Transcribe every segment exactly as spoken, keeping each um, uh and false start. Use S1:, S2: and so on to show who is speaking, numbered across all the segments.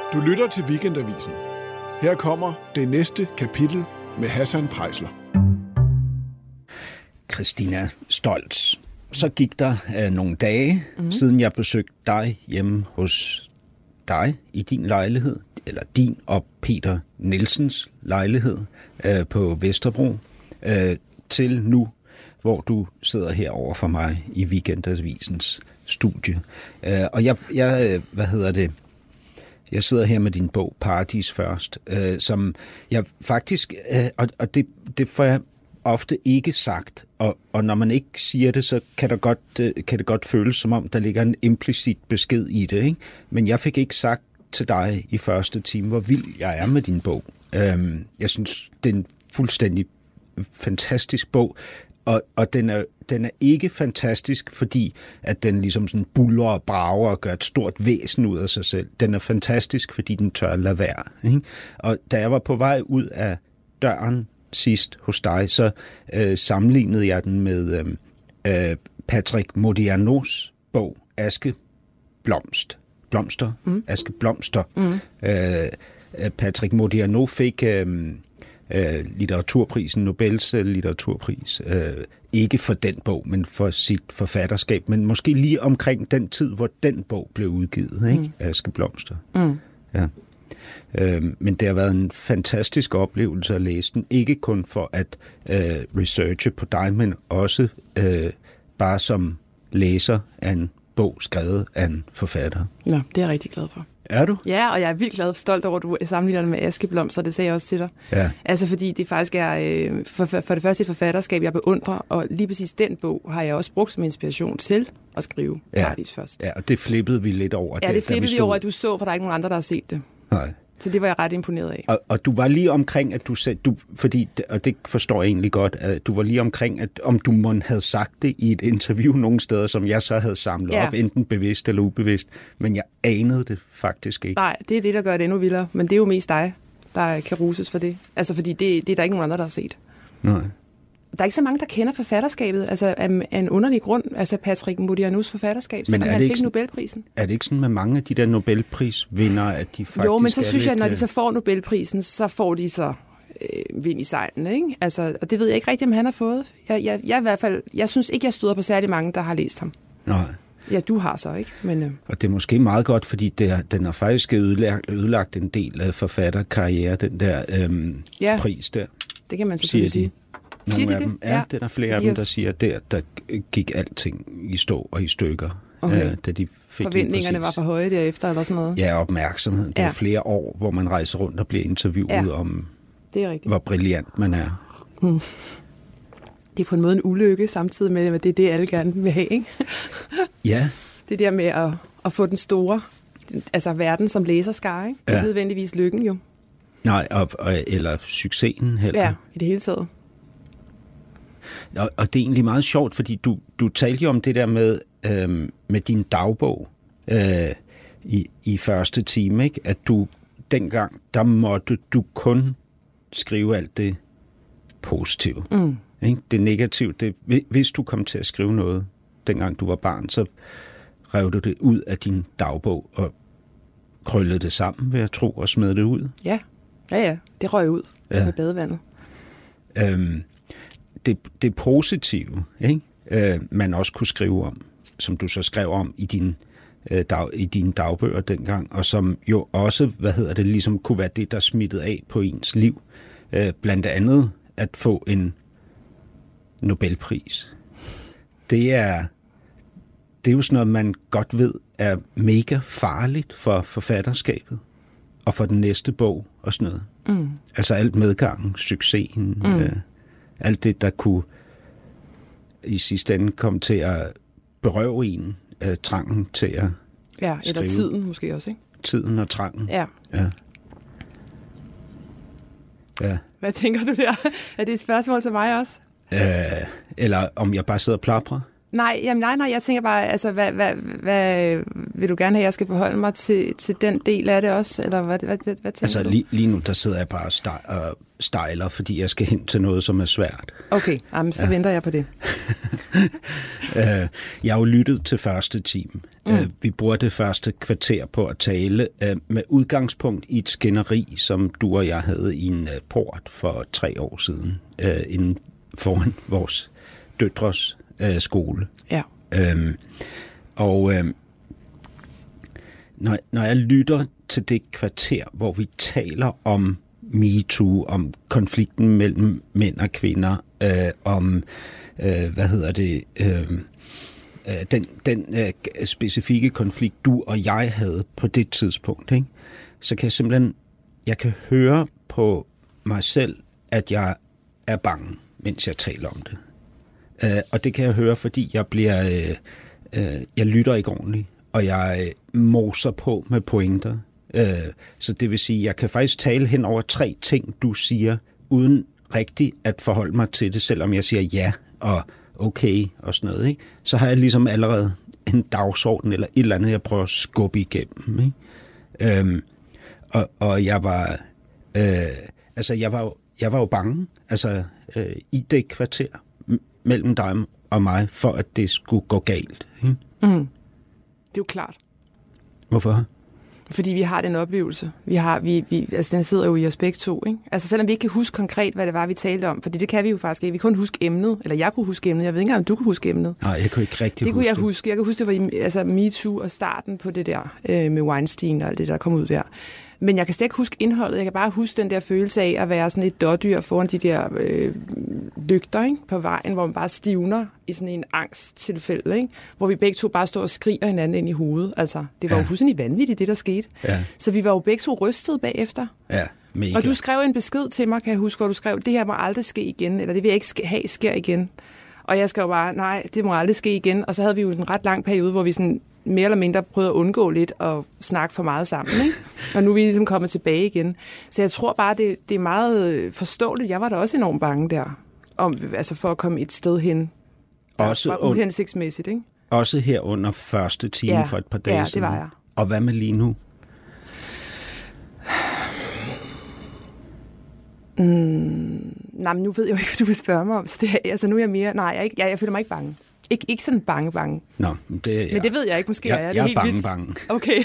S1: Du lytter til Weekendavisen. Her kommer det næste kapitel med Hassan Preisler.
S2: Christina Stoltz. Så gik der øh, nogle dage, mm-hmm. siden jeg besøgte dig hjemme hos dig i din lejlighed, eller din og Peter Nielsens lejlighed øh, på Vesterbro, øh, til nu, hvor du sidder herovre for mig i Weekendavisens studie. Øh, og jeg, jeg, hvad hedder det, jeg sidder her med din bog, Paradis Først, øh, som jeg faktisk, øh, og, og det, det får jeg ofte ikke sagt, og, og når man ikke siger det, så kan, der godt, øh, kan det godt føles, som om der ligger en implicit besked i det, ikke? Men jeg fik ikke sagt til dig i første time, hvor vild jeg er med din bog. Øhm, jeg synes, det er en fuldstændig fantastisk bog, og, og den, er, den er ikke fantastisk, fordi at den ligesom sådan buller og brager og gør et stort væsen ud af sig selv. Den er fantastisk, fordi den tør at lade være. Ikke? Og da jeg var på vej ud af døren sidst hos dig, så øh, sammenlignede jeg den med øh, Patrick Modianos bog, Aske Blomst. Blomster, mm. Aske Blomster. Mm. Øh, Patrick Modiano fik øh, øh, litteraturprisen, Nobels litteraturpris, øh, ikke for den bog, men for sit forfatterskab, men måske lige omkring den tid, hvor den bog blev udgivet, ikke? Mm. Aske Blomster. Mm. Ja. Øh, men det har været en fantastisk oplevelse at læse den, ikke kun for at øh, researche på dig, men også øh, bare som læser af en bog skrevet af en forfatter.
S3: Ja, det er jeg rigtig glad for.
S2: Er du?
S3: Ja, og jeg er vildt glad og stolt over, at du sammenligner det med Aske Blomster, det sagde jeg også til dig. Ja. Altså fordi det faktisk er øh, for, for det første et forfatterskab, jeg beundrer, og lige præcis den bog har jeg også brugt som inspiration til at skrive
S2: ja.
S3: Paradis Først.
S2: Ja, og det flippede vi lidt over.
S3: Ja, det, det flippede vi, vi over, at du så, for der er ikke nogen andre, der har set det. Nej. Så det var jeg ret imponeret af.
S2: Og, og du var lige omkring, at du sagde, du, fordi, og det forstår jeg egentlig godt, at du var lige omkring, at om du måtte havde sagt det i et interview nogle steder, som jeg så havde samlet ja. op, enten bevidst eller ubevidst, men jeg anede det faktisk ikke.
S3: Nej, det er det, der gør det endnu vildere, men det er jo mest dig, der kan ruses for det. Altså, fordi det, det er der ikke nogen andre, der har set. Nej. Der er ikke så mange, der kender forfatterskabet, altså af en underlig grund, altså Patrick Modianos forfatterskab, selvom han fik Nobelprisen.
S2: Er det ikke sådan med mange af de der Nobelprisvindere, at de faktisk
S3: Jo, men så synes
S2: lidt,
S3: jeg, at når de så får Nobelprisen, så får de så øh, vind i sejlene, ikke? Altså, og det ved jeg ikke rigtigt, om han har fået. Jeg, jeg, jeg, i hvert fald, jeg synes ikke, jeg støder på særlig mange, der har læst ham. Nej. Ja, du har så, ikke? Men, øh...
S2: Og det er måske meget godt, fordi det er, den har faktisk ødelagt, ødelagt en del af forfatterkarriere, den der øh,
S3: ja,
S2: pris der.
S3: Det kan man selvfølgelig sige.
S2: Nogle af dem, ja, ja, det er der flere de af dem, der siger, at der, der gik alting i stå og i stykker, okay. øh, da de fik
S3: forventningerne var for høje derefter, eller sådan noget?
S2: Ja, opmærksomheden. Det er ja. flere år, hvor man rejser rundt og bliver interviewet ja. om,
S3: det er rigtigt.
S2: hvor brilliant man er.
S3: Hmm. Det er på en måde en ulykke, samtidig med, at det er det, alle gerne vil have, ikke?
S2: Ja.
S3: Det der med at, at få den store, altså verden som læserskare, ikke? Det er ja. nødvendigvis lykken jo.
S2: Nej, og, og, eller succesen heller.
S3: Ja, i det hele taget.
S2: Og, og det er egentlig meget sjovt, fordi du, du talte jo om det der med, øhm, med din dagbog øh, i, i første time, ikke? At du dengang, der måtte du kun skrive alt det positive. Mm. Ikke? Det negative, det, hvis du kom til at skrive noget, dengang du var barn, så rev du det ud af din dagbog og krøllede det sammen, vil jeg tro, og smed det ud.
S3: Ja, ja, ja. Det røg ud ja. med badevandet.
S2: Øhm, det, det positive, ikke? Øh, man også kunne skrive om, som du så skrev om i din øh, dag, i dine dagbøger dengang, og som jo også, hvad hedder det, ligesom kunne være det, der smittede af på ens liv. Øh, blandt andet at få en Nobelpris. Det er, det er jo sådan noget, man godt ved er mega farligt for forfatterskabet og for den næste bog og sådan noget. Mm. Altså alt medgangen, succesen, mm. øh, alt det, der kunne i sidste ende komme til at berøve en øh, trangen til at
S3: ja,
S2: skrive.
S3: Eller tiden måske også, ikke?
S2: Tiden og trangen.
S3: Ja.
S2: Ja. Ja.
S3: Hvad tænker du der? Er det et spørgsmål til mig også?
S2: Øh, eller om jeg bare sidder og plaprer?
S3: Nej, jamen, nej, nej, jeg tænker bare, altså, hvad, hvad, hvad vil du gerne have, jeg skal forholde mig til, til den del af det også? Eller hvad, hvad, hvad tænker
S2: altså,
S3: du?
S2: Lige, lige nu, der sidder jeg bare og stej, øh, stejler, fordi jeg skal hen til noget, som er svært.
S3: Okay, jamen, så ja. venter jeg på det.
S2: Jeg har jo lyttet til første time. Mm. Vi bruger det første kvarter på at tale med udgangspunkt i et skænderi, som du og jeg havde i en port for tre år siden, inden foran vores døtres skole.
S3: Ja.
S2: Øhm, og øhm, når, når jeg lytter til det kvarter, hvor vi taler om MeToo, om konflikten mellem mænd og kvinder, øh, om, øh, hvad hedder det, øh, øh, den, den øh, specifikke konflikt, du og jeg havde på det tidspunkt, ikke? Så kan jeg simpelthen, jeg kan høre på mig selv, at jeg er bange, mens jeg taler om det. Uh, og det kan jeg høre, fordi jeg bliver, uh, uh, jeg lytter ikke ordentligt, og jeg uh, moser på med pointer. Uh, så det vil sige, jeg kan faktisk tale hen over tre ting, du siger, uden rigtigt at forholde mig til det, selvom jeg siger ja og okay og sådan noget. Ikke? Så har jeg ligesom allerede en dagsorden eller et eller andet, jeg prøver at skubbe igennem. Ikke? Um, og, og jeg var, uh, altså jeg var, jeg var jo bange, altså uh, i det kvarter mellem dig og mig, for at det skulle gå galt. Ikke?
S3: Mm. Det er jo klart.
S2: Hvorfor?
S3: Fordi vi har den oplevelse. Vi har, vi, vi, altså den sidder jo i os begge to. Ikke? Altså selvom vi ikke kan huske konkret, hvad det var, vi talte om, fordi det kan vi jo faktisk ikke. Vi kunne huske emnet, eller jeg kunne huske emnet. Jeg ved ikke engang, om du kunne huske emnet.
S2: Nej, jeg kunne ikke rigtig
S3: det kunne
S2: huske
S3: jeg det. huske. Jeg kan huske, det var i, altså MeToo og starten på det der øh, med Weinstein og alt det, der kom ud der. Men jeg kan slet ikke huske indholdet. Jeg kan bare huske den der følelse af at være sådan et dårdyr foran de der øh, lygter, ikke? På vejen, hvor man bare stivner i sådan en angsttilfælde, ikke? Hvor vi begge to bare står og skriger hinanden ind i hovedet. Altså, det var ja. jo fuldstændig vanvittigt, det der skete. Ja. Så vi var jo begge to rystet bagefter.
S2: Ja, mega.
S3: Og du skrev en besked til mig, kan jeg huske, hvor du skrev, det her må aldrig ske igen, eller det vil jeg ikke have sker igen. Og jeg skrev bare, nej, det må aldrig ske igen. Og så havde vi jo en ret lang periode, hvor vi sådan mere eller mindre prøvede at undgå lidt og snakke for meget sammen, ikke? Og nu er vi ligesom kommet tilbage igen. Så jeg tror bare, det, det er meget forståeligt. Jeg var da også enormt bange der, om, altså for at komme et sted hen, der også var uhensigtsmæssigt, ikke?
S2: Også her under første time ja, for et par dage
S3: ja,
S2: siden.
S3: det var jeg.
S2: Og hvad med lige nu?
S3: Mm, nej, men nu ved jeg jo ikke, hvad du vil spørge mig om. Så det, altså, nu er jeg mere... Nej, jeg, ikke, jeg, jeg føler mig ikke bange. Ikke, ikke sådan bange, bange.
S2: Nå, det er jeg.
S3: Men det ved jeg ikke, måske
S2: jeg,
S3: er jeg.
S2: Jeg
S3: det
S2: er bange,
S3: vildt.
S2: bange.
S3: Okay.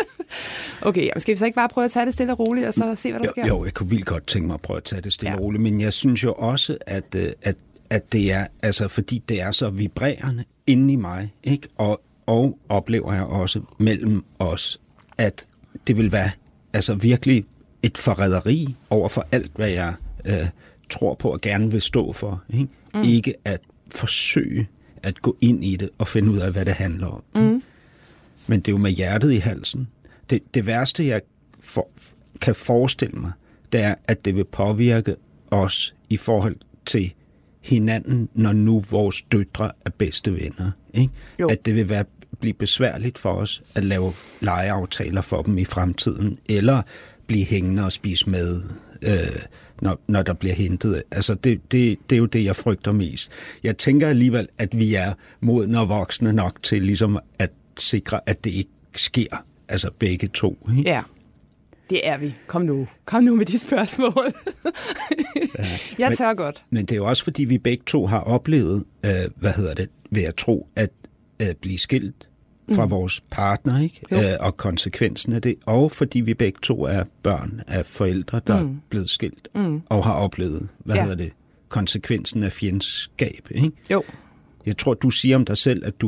S3: Okay, skal vi så ikke bare prøve at tage det stille og roligt, og så se, hvad der
S2: jo,
S3: sker?
S2: Jo, jeg kunne vildt godt tænke mig at prøve at tage det stille
S3: ja.
S2: og roligt, men jeg synes jo også, at, at, at det er, altså fordi det er så vibrerende inde i mig, ikke? Og, og oplever jeg også mellem os, at det vil være altså virkelig et forræderi over for alt, hvad jeg øh, tror på og gerne vil stå for. Ikke, mm. ikke at forsøge at gå ind i det og finde ud af, hvad det handler om. Mm. Men det er jo med hjertet i halsen. Det, det værste, jeg for, kan forestille mig, det er, at det vil påvirke os i forhold til hinanden, når nu vores døtre er bedste venner. Ikke? At det vil være, blive besværligt for os at lave legeaftaler for dem i fremtiden, eller blive hængende og spise med, øh, når, når der bliver hentet. Altså, det, det, det er jo det, jeg frygter mest. Jeg tænker alligevel, at vi er modne og voksne nok til ligesom at sikre, at det ikke sker. Altså begge to. Ikke?
S3: Ja, det er vi. Kom nu. Kom nu med de spørgsmål. ja, jeg tør
S2: men,
S3: godt.
S2: Men det er jo også, fordi vi begge to har oplevet, øh, hvad hedder det, ved at tro, at øh, blive skilt fra mm. vores partner, ikke? Øh, og konsekvensen af det. Og fordi vi begge to er børn af forældre, der mm. er blevet skilt, mm. og har oplevet, hvad ja. hedder det, konsekvensen af fjendskab. Ikke?
S3: Jo.
S2: Jeg tror, du siger om dig selv, at du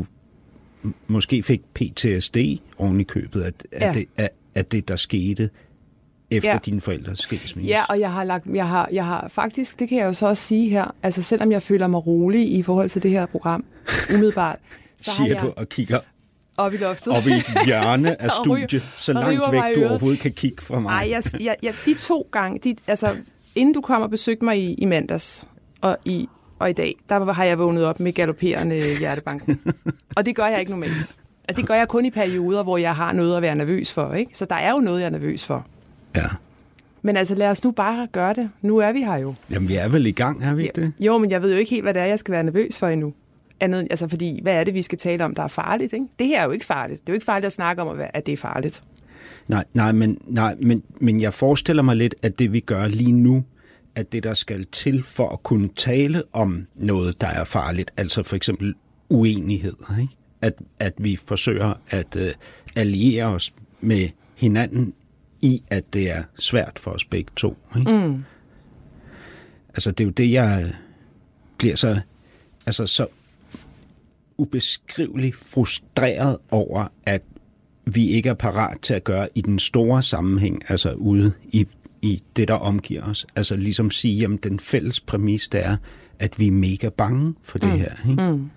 S2: måske fik P T S D oven i købet af, ja. af, det, af, af det, der skete efter ja. dine forældres skilsmisse.
S3: Ja, og jeg har, lagt, jeg, har, jeg har faktisk, det kan jeg jo så også sige her, altså selvom jeg føler mig rolig i forhold til det her program, umiddelbart, så
S2: siger
S3: har jeg...
S2: du og kigger
S3: op i loftet.
S2: Op i et hjørne af studiet, så langt væk du overhovedet kan kigge fra mig.
S3: Nej, jeg, jeg, jeg, de to gange, de, altså inden du kom og besøgte mig i, i mandags og i, og i dag, der har jeg vågnet op med galopperende hjertebanken. Og det gør jeg ikke normalt. Altså, det gør jeg kun i perioder, hvor jeg har noget at være nervøs for. Ikke? Så der er jo noget, jeg er nervøs for.
S2: Ja.
S3: Men altså, lad os nu bare gøre det. Nu er vi her jo.
S2: Jamen, vi er vel i gang, er vi ikke det?
S3: Jo, men jeg ved jo ikke helt, hvad det er, jeg skal være nervøs for endnu. Andet, altså fordi, hvad er det, vi skal tale om, der er farligt? Ikke? Det her er jo ikke farligt. Det er jo ikke farligt at snakke om, at det er farligt.
S2: Nej, nej, men, nej men, men jeg forestiller mig lidt, at det vi gør lige nu, at det der skal til for at kunne tale om noget, der er farligt, altså for eksempel uenighed, ikke? At, at vi forsøger at uh, alliere os med hinanden i, at det er svært for os begge to. Ikke? Mm. Altså det er jo det, jeg bliver så, altså, så ubeskriveligt frustreret over, at vi ikke er parat til at gøre i den store sammenhæng, altså ude i, i det, der omgiver os. Altså ligesom sige, at den fælles præmis, det er, at vi er mega bange for det mm. her. Ikke? Mm.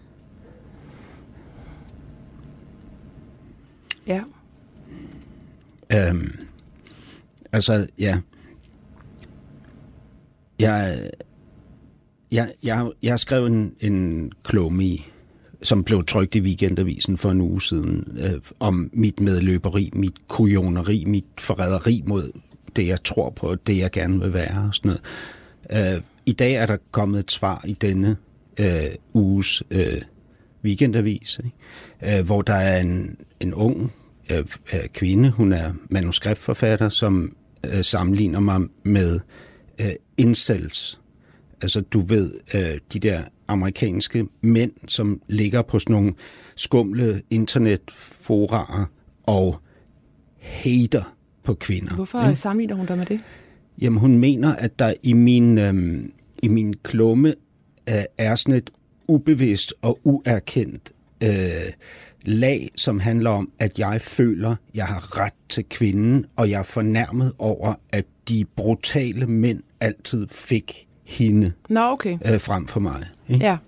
S3: Ja.
S2: Øhm, altså, ja. Jeg, jeg, jeg, jeg skrev en, en klumme i, som blev trykt i Weekendavisen for en uge siden, øh, om mit medløberi, mit kujoneri, mit forræderi mod det, jeg tror på, det, jeg gerne vil være og sådan noget. Øh, I dag er der kommet et svar i denne øh, uges øh, Weekendavis, ikke? Øh, hvor der er en, en ung øh, kvinde, hun er manuskriptforfatter, som øh, sammenligner mig med øh, incels. Altså du ved, øh, de der amerikanske mænd, som ligger på sådan nogle skumle internetforarer og hater på kvinder.
S3: Hvorfor ikke? Sammenligner hun dig med det?
S2: Jamen hun mener, at der i min, øh, i min klumme øh, er sådan et ubevidst og uerkendt øh, lag, som handler om, at jeg føler, jeg har ret til kvinden, og jeg er fornærmet over, at de brutale mænd altid fik hende
S3: Nå, okay.
S2: øh, frem for mig. Ikke?
S3: Ja.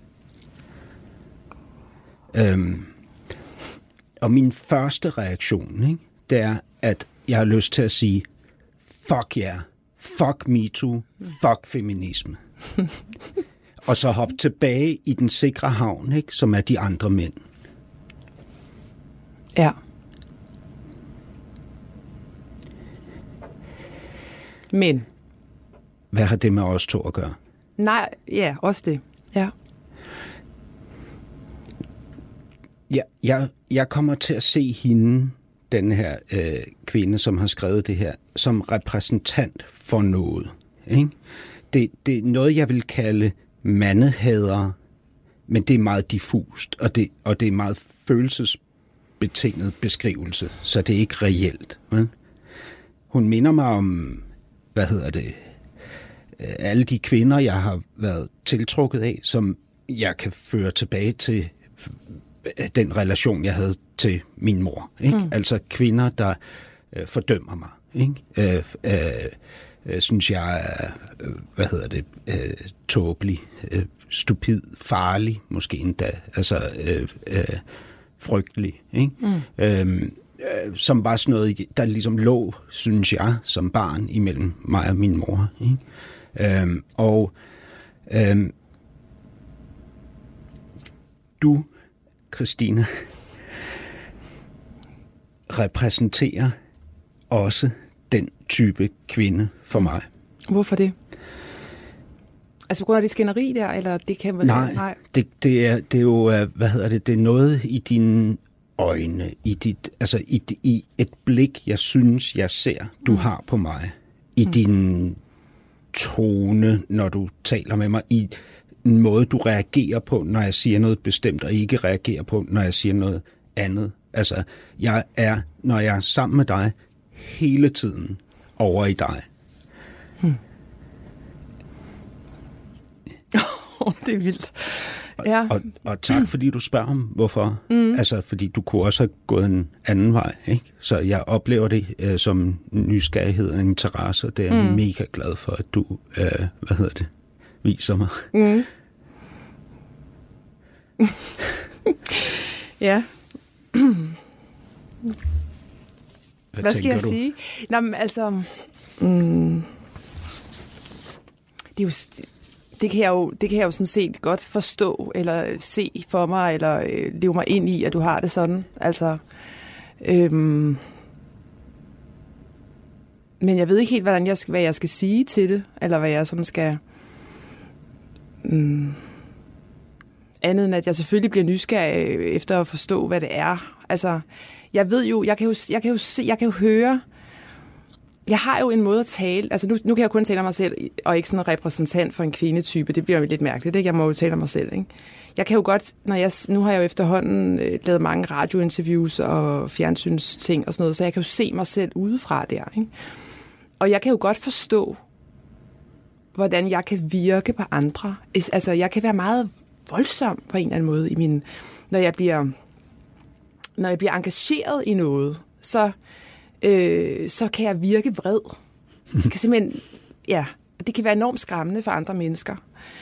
S2: Øhm, og min første reaktion, ikke, det er, at jeg har lyst til at sige, fuck ja, yeah, fuck MeToo, fuck feminisme. Og så hoppe tilbage i den sikre havn, ikke, som er de andre mænd.
S3: Ja. Men
S2: hvad har det med os to at gøre?
S3: Nej, ja, også det. Ja.
S2: Ja, jeg, jeg kommer til at se hende, den her øh, kvinde, som har skrevet det her, som repræsentant for noget. Ikke? Det, det er noget, jeg vil kalde mandehadere, men det er meget diffust, og det, og det er meget følelsesbetinget beskrivelse, så det er ikke reelt. Vel? Hun minder mig om, hvad hedder det, alle de kvinder, jeg har været tiltrukket af, som jeg kan føre tilbage til den relation, jeg havde til min mor. Ikke? Mm. Altså kvinder, der øh, fordømmer mig. Ikke? Øh, øh, øh, synes jeg er, øh, hvad hedder det, øh, tåbelig, øh, stupid, farlig, måske endda, altså øh, øh, frygtelig. Ikke? Mm. Øh, øh, som var sådan noget, der ligesom lå, synes jeg, som barn imellem mig og min mor. Ikke? Øhm, og øhm, du, Christina, repræsenterer også den type kvinde for mig.
S3: Hvorfor det? Altså på grund af det skænderi der, eller det kan man...
S2: Nej, nej. Det, det, er, det er jo, hvad hedder det, det er noget i dine øjne, i, dit, altså i, i et blik, jeg synes, jeg ser, du mm. har på mig, i mm. din tone, når du taler med mig, i en måde, du reagerer på, når jeg siger noget bestemt, og ikke reagerer på, når jeg siger noget andet. Altså, jeg er, når jeg er sammen med dig, hele tiden over i dig.
S3: Hmm. Oh, det er vildt. Ja.
S2: Og, og, og tak, fordi du spørger om, hvorfor. Mm. Altså, fordi du kunne også have gået en anden vej, ikke? Så jeg oplever det øh, som nysgerrighed og interesse, og det er jeg mm. mega glad for, at du, øh, hvad hedder det, viser mig.
S3: Mm. Ja.
S2: Hvad,
S3: Hvad skal jeg
S2: du?
S3: sige? Nå, men altså... Mm, det er jo... Det kan, jeg jo, det kan jeg jo sådan set godt forstå, eller se for mig, eller øh, leve mig ind i, at du har det sådan. Altså, øhm, men jeg ved ikke helt, hvordan jeg skal, hvad jeg skal sige til det, eller hvad jeg sådan skal... Mm, andet end at jeg selvfølgelig bliver nysgerrig efter at forstå, hvad det er. Altså, jeg ved jo, jeg kan jo, jeg kan jo, se, jeg kan jo høre, jeg har jo en måde at tale, altså nu, nu kan jeg kun tale om mig selv, og ikke sådan en repræsentant for en kvindetype, det bliver jo lidt mærkeligt, ikke? Jeg må jo tale om mig selv, ikke? Jeg kan jo godt, når jeg, nu har jeg jo efterhånden øh, lavet mange radiointerviews og fjernsynsting og sådan noget, så jeg kan jo se mig selv udefra der, ikke? Og jeg kan jo godt forstå, hvordan jeg kan virke på andre. Altså, jeg kan være meget voldsom på en eller anden måde, i min, når jeg bliver, når jeg bliver engageret i noget, så, øh, så kan jeg virke vred. Det kan simpelthen, ja, det kan være enormt skræmmende for andre mennesker.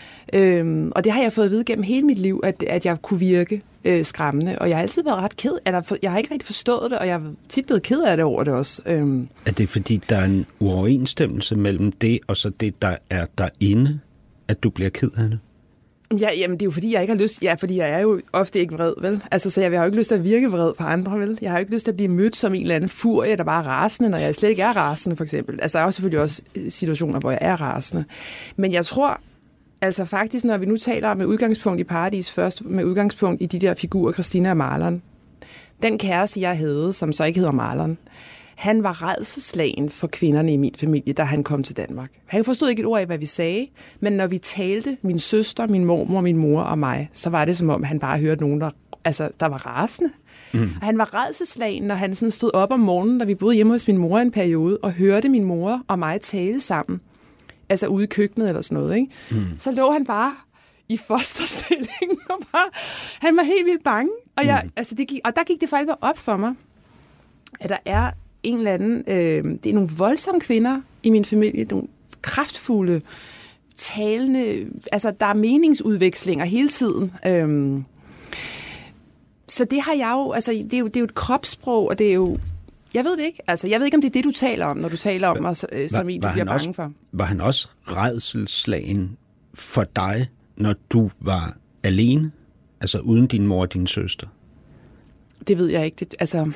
S3: Øhm, og det har jeg fået at vide gennem hele mit liv, at, at jeg kunne virke øh, skræmmende. Og jeg har altid været ret ked, eller jeg har ikke rigtig forstået det, og jeg er tit blevet ked af det over det også. Øhm.
S2: Er det fordi, der er en uoverensstemmelse mellem det, og så det, der er derinde, at du bliver ked af det?
S3: Ja, jamen det er jo fordi, jeg ikke har lyst, ja, fordi jeg er jo ofte ikke vred, vel? Altså, så jeg har jo ikke lyst til at virke vred på andre, vel? Jeg har jo ikke lyst til at blive mødt som en eller anden furie, der bare er rasende, når jeg slet ikke er rasende, for eksempel. Altså, der er jo selvfølgelig også situationer, hvor jeg er rasende. Men jeg tror, altså faktisk, når vi nu taler med udgangspunkt i Paradis først, med udgangspunkt i de der figurer, Christina og Marlon, den kæreste, jeg havde, som så ikke hedder Marlon, han var rædselsslagen for kvinderne i min familie, da han kom til Danmark. Han forstod ikke et ord af, hvad vi sagde, men når vi talte, min søster, min mormor, min mor og mig, så var det som om, han bare hørte nogen, der, altså, der var rasende. Mm. Og han var rædselsslagen, når han sådan stod op om morgenen, da vi boede hjemme hos min mor en periode, og hørte min mor og mig tale sammen, altså ude i køkkenet eller sådan noget, ikke? Mm. Så lå han bare i fosterstilling, og bare, han var helt vildt bange. Og, jeg, mm. altså, det gik, og der gik det for alvor op for mig, at der er en eller anden, øh, det er nogle voldsomme kvinder i min familie, nogle kraftfulde, talende, altså der er meningsudvekslinger hele tiden. Øhm, så det har jeg jo, altså det er jo, det er jo et kropssprog, og det er jo, jeg ved det ikke, altså jeg ved ikke, om det er det, du taler om, når du taler om mig, øh, som en, du bliver bange
S2: også,
S3: for. Var
S2: han også rædselsslagen for dig, når du var alene, altså uden din mor og din søster?
S3: Det ved jeg ikke, det, altså...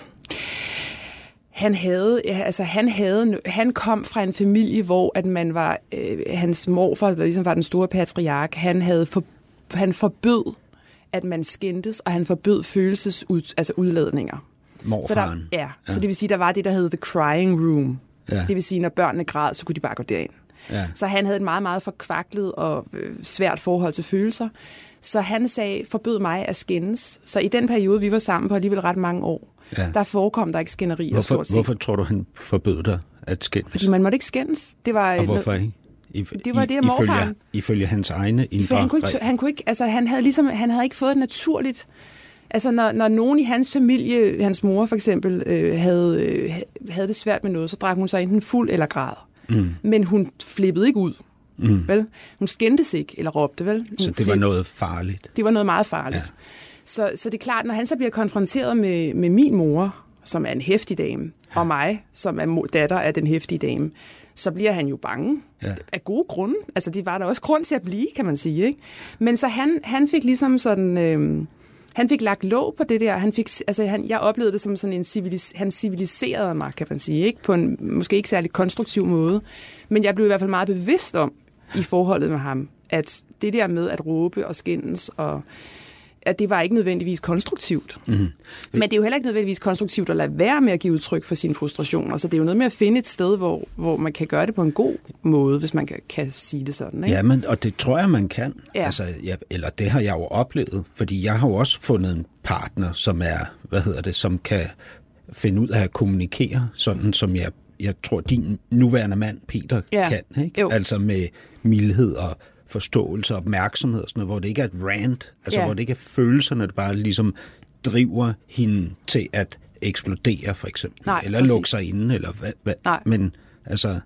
S3: Han havde, altså han havde, han kom fra en familie, hvor at man var, øh, hans morfar, der ligesom var den store patriark, han havde, for, han forbød, at man skændtes, og han forbød følelsesud, altså udladninger.
S2: Morfaren.
S3: Så der, ja, ja, så det vil sige, der var det, der hed the crying room.
S2: Ja.
S3: Det vil sige, når børnene græd, så kunne de bare gå derind.
S2: Ja.
S3: Så han havde et meget, meget forkvaklet og øh, svært forhold til følelser. Så han sagde, forbød mig at skændes. Så i den periode, vi var sammen på alligevel ret mange år, ja. Der forekom der ikke skænderier.
S2: Hvorfor, hvorfor tror du, han forbød dig at skændes?
S3: Fordi man måtte ikke skændes. Det var,
S2: og hvorfor ikke? I,
S3: det var det, morfaren...
S2: Ifølge, ifølge hans egne indre...
S3: Han kunne ikke, han kunne ikke, altså han havde ligesom, han havde ikke fået et naturligt... Altså når, når nogen i hans familie, hans mor for eksempel, øh, havde, øh, havde det svært med noget, så drak hun sig enten fuld eller græd. Mm. Men hun flippede ikke ud. Mm. Vel? Hun skændtes ikke, eller råbte, vel? Hun
S2: så det flip... var noget farligt?
S3: Det var noget meget farligt. Ja. Så, så det er klart, når han så bliver konfronteret med, med min mor, som er en heftig dame, ja. Og mig, som er datter af den heftige dame, så bliver han jo bange. Ja. Af gode grunde. Altså, det var der også grund til at blive, kan man sige, ikke? Men så han, han fik ligesom sådan... Øh, han fik lagt låg på det der. Han fik, altså, han, jeg oplevede det som sådan en civilis, han civiliserede mig, kan man sige, ikke? På en måske ikke særlig konstruktiv måde. Men jeg blev i hvert fald meget bevidst om, i forholdet med ham, at det der med at råbe og skændes, og at det var ikke nødvendigvis konstruktivt. Mm-hmm. Men det er jo heller ikke nødvendigvis konstruktivt at lade være med at give udtryk for sine frustrationer. Så det er jo noget med at finde et sted, hvor, hvor man kan gøre det på en god måde, hvis man kan, kan sige det sådan. Ikke?
S2: Ja, men, og det tror jeg, man kan. Ja. Altså, ja, eller det har jeg jo oplevet, fordi jeg har jo også fundet en partner, som er, hvad hedder det, som kan finde ud af at kommunikere, sådan som jeg, jeg tror, din nuværende mand, Peter, ja. Kan. Ikke? Altså med mildhed og forståelse og opmærksomhed og sådan noget, hvor det ikke er et rant, altså yeah. hvor det ikke er følelserne, der bare ligesom driver hende til at eksplodere, for eksempel. Nej, eller præcis. Lukke sig inde, eller hvad. hvad. Men altså...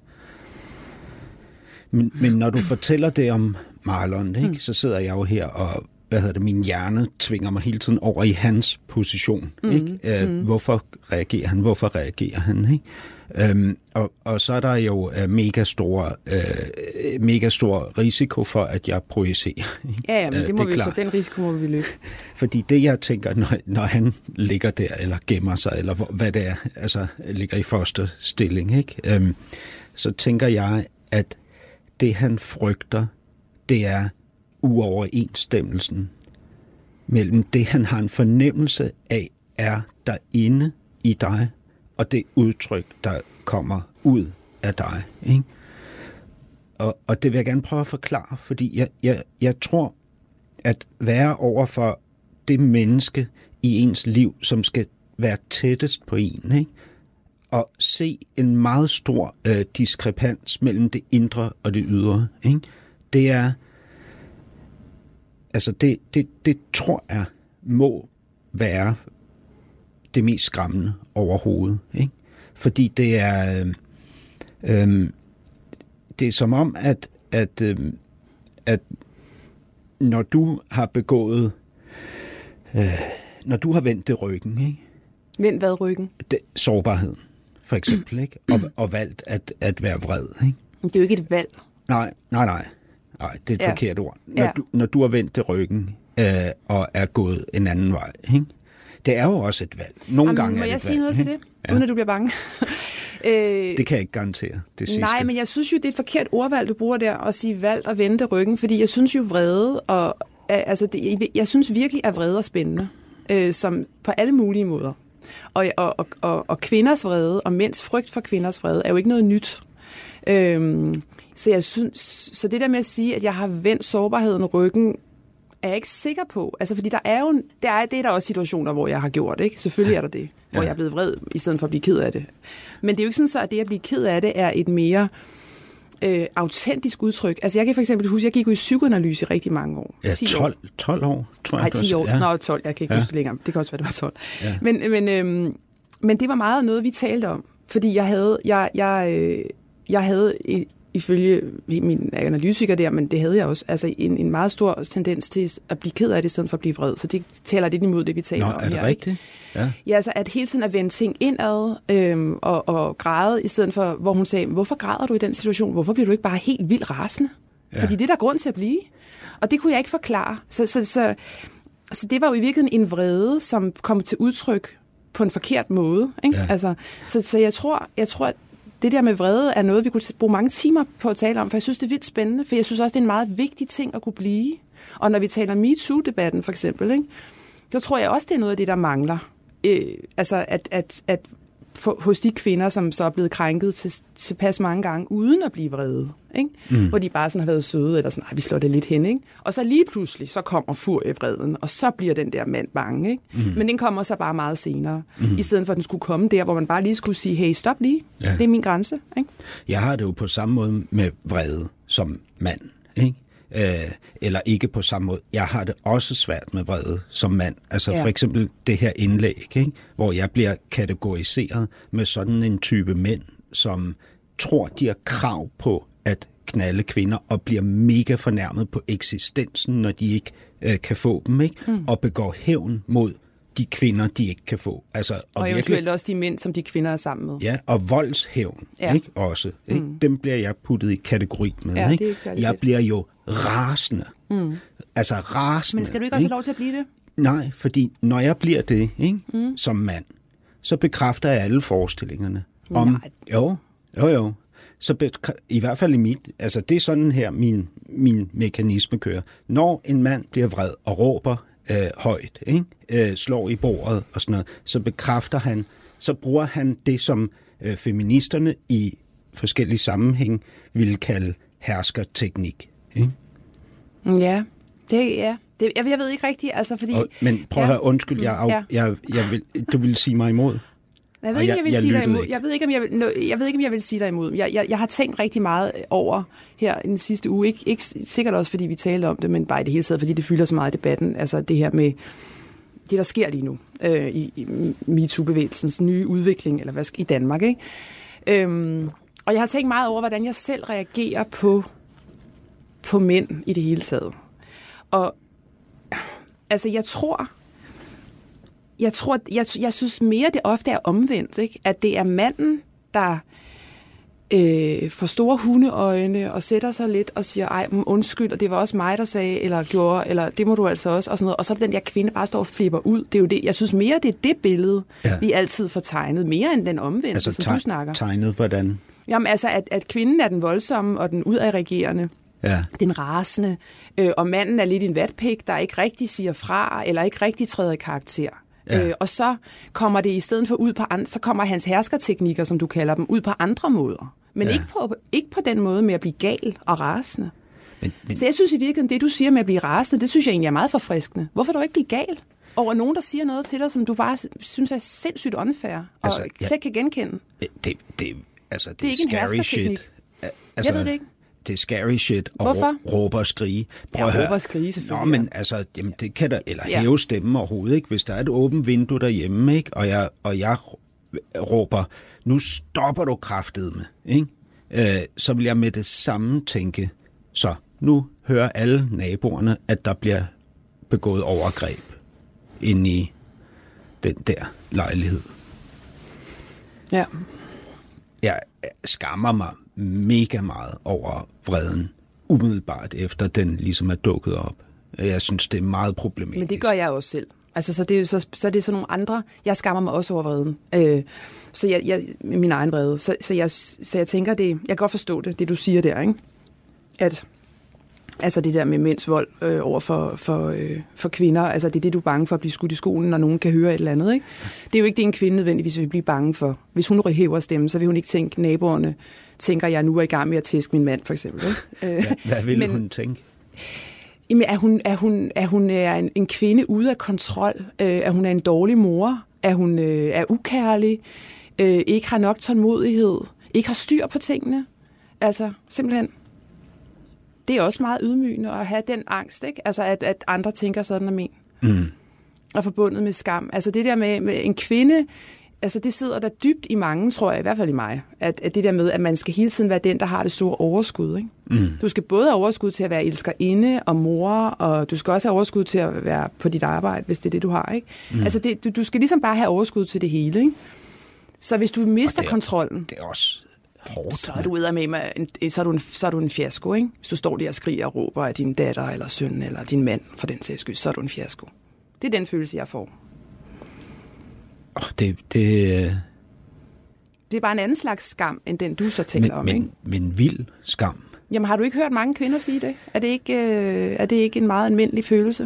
S2: Men, men når du fortæller det om Marlon, ikke, mm. så sidder jeg jo her og, hvad hedder det, min hjerne tvinger mig hele tiden over i hans position. Mm. Ikke? Uh, mm. Hvorfor reagerer han? Hvorfor reagerer han? Ikke? Øhm, og, og så er der jo uh, mega stor uh, mega stor risiko for, at jeg projicerer.
S3: Ja, ja, men det må det vi så, den risiko må vi løbe.
S2: Fordi det, jeg tænker, når, når han ligger der, eller gemmer sig, eller hvor, hvad det er, altså ligger i fosterstilling, ikke? Øhm, så tænker jeg, at det, han frygter, det er uoverensstemmelsen mellem det, han har en fornemmelse af, er derinde i dig, og det udtryk, der kommer ud af dig. Ikke? Og, og det vil jeg gerne prøve at forklare, fordi jeg, jeg, jeg tror, at være over for det menneske i ens liv, som skal være tættest på en, ikke? Og se en meget stor øh, diskrepans mellem det indre og det ydre. Ikke? Det er, altså det, det, det tror jeg må være det mest skræmmende overhovedet. Ikke? Fordi det er, øh, øh, det er som om, at, at, øh, at når du har begået, øh, når du har vendt det ryggen, ikke?
S3: Vendt hvad ryggen?
S2: Det, sårbarheden, for eksempel, ikke? Og, og valgt at, at være vred, ikke?
S3: Det er jo ikke et valg.
S2: Nej, nej, nej. Nej, det er et ja. forkert ord. Når,
S3: ja.
S2: du, når du har vendt det ryggen øh, og er gået en anden vej, ikke? Det er jo også et valg. Nogle
S3: Jamen,
S2: gange er
S3: det
S2: det
S3: Må jeg
S2: et
S3: sige
S2: valg,
S3: noget til det, ja. uden at du bliver bange? øh,
S2: det kan jeg ikke garantere, det sidste.
S3: Nej, men jeg synes jo, det er et forkert ordvalg, du bruger der, at sige valgt og vende ryggen, fordi jeg synes jo vrede, og altså, det, jeg synes virkelig, at vrede er spændende, øh, som på alle mulige måder. Og, og, og, og kvinders vrede, og mænds frygt for kvinders vrede, er jo ikke noget nyt. Øhm, så, jeg synes, så det der med at sige, at jeg har vendt sårbarheden ryggen, er jeg ikke sikker på. Altså, fordi der er jo, der er, det er der også situationer, hvor jeg har gjort, ikke? Selvfølgelig er der det, hvor ja. jeg er blevet vred, i stedet for at blive ked af det. Men det er jo ikke sådan så, at det at blive ked af det, er et mere øh, autentisk udtryk. Altså, jeg kan for eksempel huske, jeg gik jo i psykoanalyse i rigtig mange år.
S2: Ja, tolv, tolv år, tror jeg.
S3: Nej, ti år.
S2: Ja.
S3: Nå, tolv, jeg kan ikke ja. huske det længere. Det kan også være, det var tolv.
S2: Ja.
S3: Men, men, øhm, men det var meget noget, vi talte om. Fordi jeg havde, jeg, jeg, øh, jeg havde ifølge min analytiker der, men det havde jeg også, altså en, en meget stor tendens til at blive ked af det, i stedet for at blive vred. Så det taler lidt imod det, vi taler
S2: Nå,
S3: om
S2: her. Nå, er det
S3: her,
S2: rigtigt? Ja.
S3: Ja, altså at hele tiden at vende ting indad øhm, og, og græde, i stedet for, hvor hun sagde, hvorfor græder du i den situation? Hvorfor bliver du ikke bare helt vildt rasende? Ja. Fordi det er der grund til at blive. Og det kunne jeg ikke forklare. Så, så, så, så det var jo i virkeligheden en vrede, som kom til udtryk på en forkert måde. Ikke?
S2: Ja.
S3: Altså, så, så jeg tror, jeg tror, at det der med vrede er noget, vi kunne bruge mange timer på at tale om, for jeg synes, det er vildt spændende, for jeg synes også, det er en meget vigtig ting at kunne blive. Og når vi taler MeToo-debatten for eksempel, ikke, så tror jeg også, det er noget af det, der mangler. Øh, altså, at, at, at for, hos de kvinder, som så er blevet krænket til, tilpas mange gange, uden at blive vrede, ikke? Mm. Hvor de bare sådan har været søde, eller sådan, vi slår det lidt hen, ikke? Og så lige pludselig, så kommer furievreden, og så bliver den der mand bange, ikke? Mm. Men den kommer så bare meget senere, mm. i stedet for, at den skulle komme der, hvor man bare lige skulle sige, hey, stop lige, ja. Det er min grænse, ikke?
S2: Jeg har det jo på samme måde med vrede som mand, ikke? Øh, eller ikke på samme måde. Jeg har det også svært med vrede som mand. Altså ja. For eksempel det her indlæg, ikke? Hvor jeg bliver kategoriseret med sådan en type mænd, som tror, de har krav på at knalde kvinder og bliver mega fornærmet på eksistensen, når de ikke øh, kan få dem, ikke? Mm. Og begår hævn mod de kvinder, de ikke kan få. Altså, og,
S3: og eventuelt virkelig, også de mænd, som de kvinder er sammen med.
S2: Ja, og voldshævn, ja. Ikke? Også. Ikke? Mm. Dem bliver jeg puttet i kategori med.
S3: Ja,
S2: ikke?
S3: Det er ikke særlig
S2: jeg
S3: fedt.
S2: bliver jo rasende. Mm. Altså rasende.
S3: Men skal du ikke også have lov til at blive det?
S2: Nej, fordi når jeg bliver det, ikke? Mm. Som mand, så bekræfter jeg alle forestillingerne. Om,
S3: Nej.
S2: Jo, jo, jo. Så bekræ- i hvert fald i mit, altså det er sådan her, min, min mekanisme kører. Når en mand bliver vred og råber øh, højt, ikke? Øh, slår i bordet og sådan noget, så bekræfter han, så bruger han det, som øh, feministerne i forskellige sammenhæng ville kalde herskerteknik. Ikke?
S3: Ja, det ja. Det, jeg, jeg ved ikke rigtigt, altså fordi...
S2: Og, men prøv at
S3: ja.
S2: høre, undskyld, jeg, af, ja. jeg, jeg vil, du vil sige mig imod?
S3: Jeg ved ikke, jeg, jeg vil jeg sige dig imod. Jeg ved ikke, om jeg vil, jeg ved ikke, om jeg vil sige dig imod. Jeg, jeg, jeg har tænkt rigtig meget over her i den sidste uge. Ikke, ikke sikkert også, fordi vi talte om det, men bare i det hele taget, fordi det fylder så meget i debatten. Altså det her med det, der sker lige nu øh, i, i MeToo-bevægelsens nye udvikling, eller hvad i Danmark, ikke? Øhm, og jeg har tænkt meget over, hvordan jeg selv reagerer på, på mænd i det hele taget. Og altså, jeg tror... Jeg tror, jeg, jeg synes mere, det ofte er omvendt, ikke? At det er manden, der øh, får store hundeøjne og sætter sig lidt og siger, ej, undskyld, og det var også mig, der sagde, eller gjorde, eller det må du altså også, og sådan noget. Og så den der kvinde bare står og flipper ud. Det er jo det. Jeg synes mere, det er det billede, ja. Vi altid får tegnet, mere end den omvendte, altså, som te- du snakker.
S2: tegnet hvordan?
S3: Jamen altså, at, at kvinden er den voldsomme og den udadreagerende,
S2: Ja.
S3: Den rasende. Øh, og manden er lidt en vatpik, der ikke rigtig siger fra, eller ikke rigtig træder i karakter. Ja. Øh, og så kommer det i stedet for ud på andre, så kommer hans herskerteknikker, som du kalder dem, ud på andre måder. Men ja. ikke, på, ikke på den måde med at blive gal og rasende. Men, men... Så jeg synes i virkeligheden, det du siger med at blive rasende, det synes jeg egentlig er meget forfriskende. Hvorfor du ikke blive gal over nogen, der siger noget til dig, som du bare synes er sindssygt unfair, og altså, slet ja. kan genkende?
S2: Det, det, altså, det,
S3: det er ikke
S2: scary
S3: en
S2: shit.
S3: Altså, jeg ved det ikke.
S2: Det er scary shit og
S3: Hvorfor?
S2: råbe og skrige.
S3: Prøv ja, råbe og skrige selvfølgelig.
S2: Nå, men altså, jamen, det kan da, eller ja. hæve stemmen overhovedet, ikke? Hvis der er et åbent vindue derhjemme, ikke? Og jeg, og jeg råber, nu stopper du kraftedme, ikke? Øh, så vil jeg med det samme tænke, så nu hører alle naboerne, at der bliver begået overgreb inde i den der lejlighed.
S3: Ja.
S2: Jeg skammer mig mega meget over vreden, umiddelbart efter den ligesom er dukket op. Jeg synes, det er meget problematisk.
S3: Men det gør jeg også selv. Altså, så, det er, så, så er det sådan nogle andre. Jeg skammer mig også over vreden. Øh, så jeg, jeg, min egen vrede. Så, så, jeg, så jeg tænker, det, jeg kan godt forstå det, det du siger der, ikke? At altså det der med mænds vold øh, over for, for, øh, for kvinder, altså det er det, du er bange for at blive skudt i skolen, når nogen kan høre et eller andet, ikke? Det er jo ikke det, en kvinde nødvendigvis vil blive bange for. Hvis hun hæver stemmen, så vil hun ikke tænke, naboerne tænker, jeg nu er i gang med at tæske min mand, for eksempel. Ikke?
S2: Hvad, hvad ville Men, hun tænke?
S3: Jamen, er hun, er hun, er hun er en, en kvinde ude af kontrol? Øh, er hun er en dårlig mor? Er hun øh, er ukærlig? Øh, ikke har nok tålmodighed? Ikke har styr på tingene? Altså, simpelthen. Det er også meget ydmygende at have den angst, ikke? Altså, at, at andre tænker sådan om en.
S2: Mm.
S3: Og forbundet med skam. Altså, det der med, med en kvinde, altså, det sidder der dybt i mange, tror jeg, i hvert fald i mig, at, at det der med, at man skal hele tiden være den, der har det store overskud, ikke?
S2: Mm.
S3: Du skal både have overskud til at være elskerinde og mor, og du skal også have overskud til at være på dit arbejde, hvis det er det, du har, ikke? Mm. Altså, det, du, du skal ligesom bare have overskud til det hele, ikke? Så hvis du mister
S2: det er,
S3: kontrollen...
S2: Det er også... hårdt.
S3: Så er du ude med mig, så er du en, så er du en fiasko, ikke? Hvis du står der og skriger og råber af din datter eller søn eller din mand for den sags skyld, så er du en fiasko. Det er den følelse, jeg får.
S2: Oh, det, det,
S3: det er bare en anden slags skam, end den du så taler
S2: men,
S3: om,
S2: men,
S3: ikke?
S2: Men vild skam.
S3: Jamen har du ikke hørt mange kvinder sige det? Er det ikke, øh, er det ikke en meget almindelig følelse?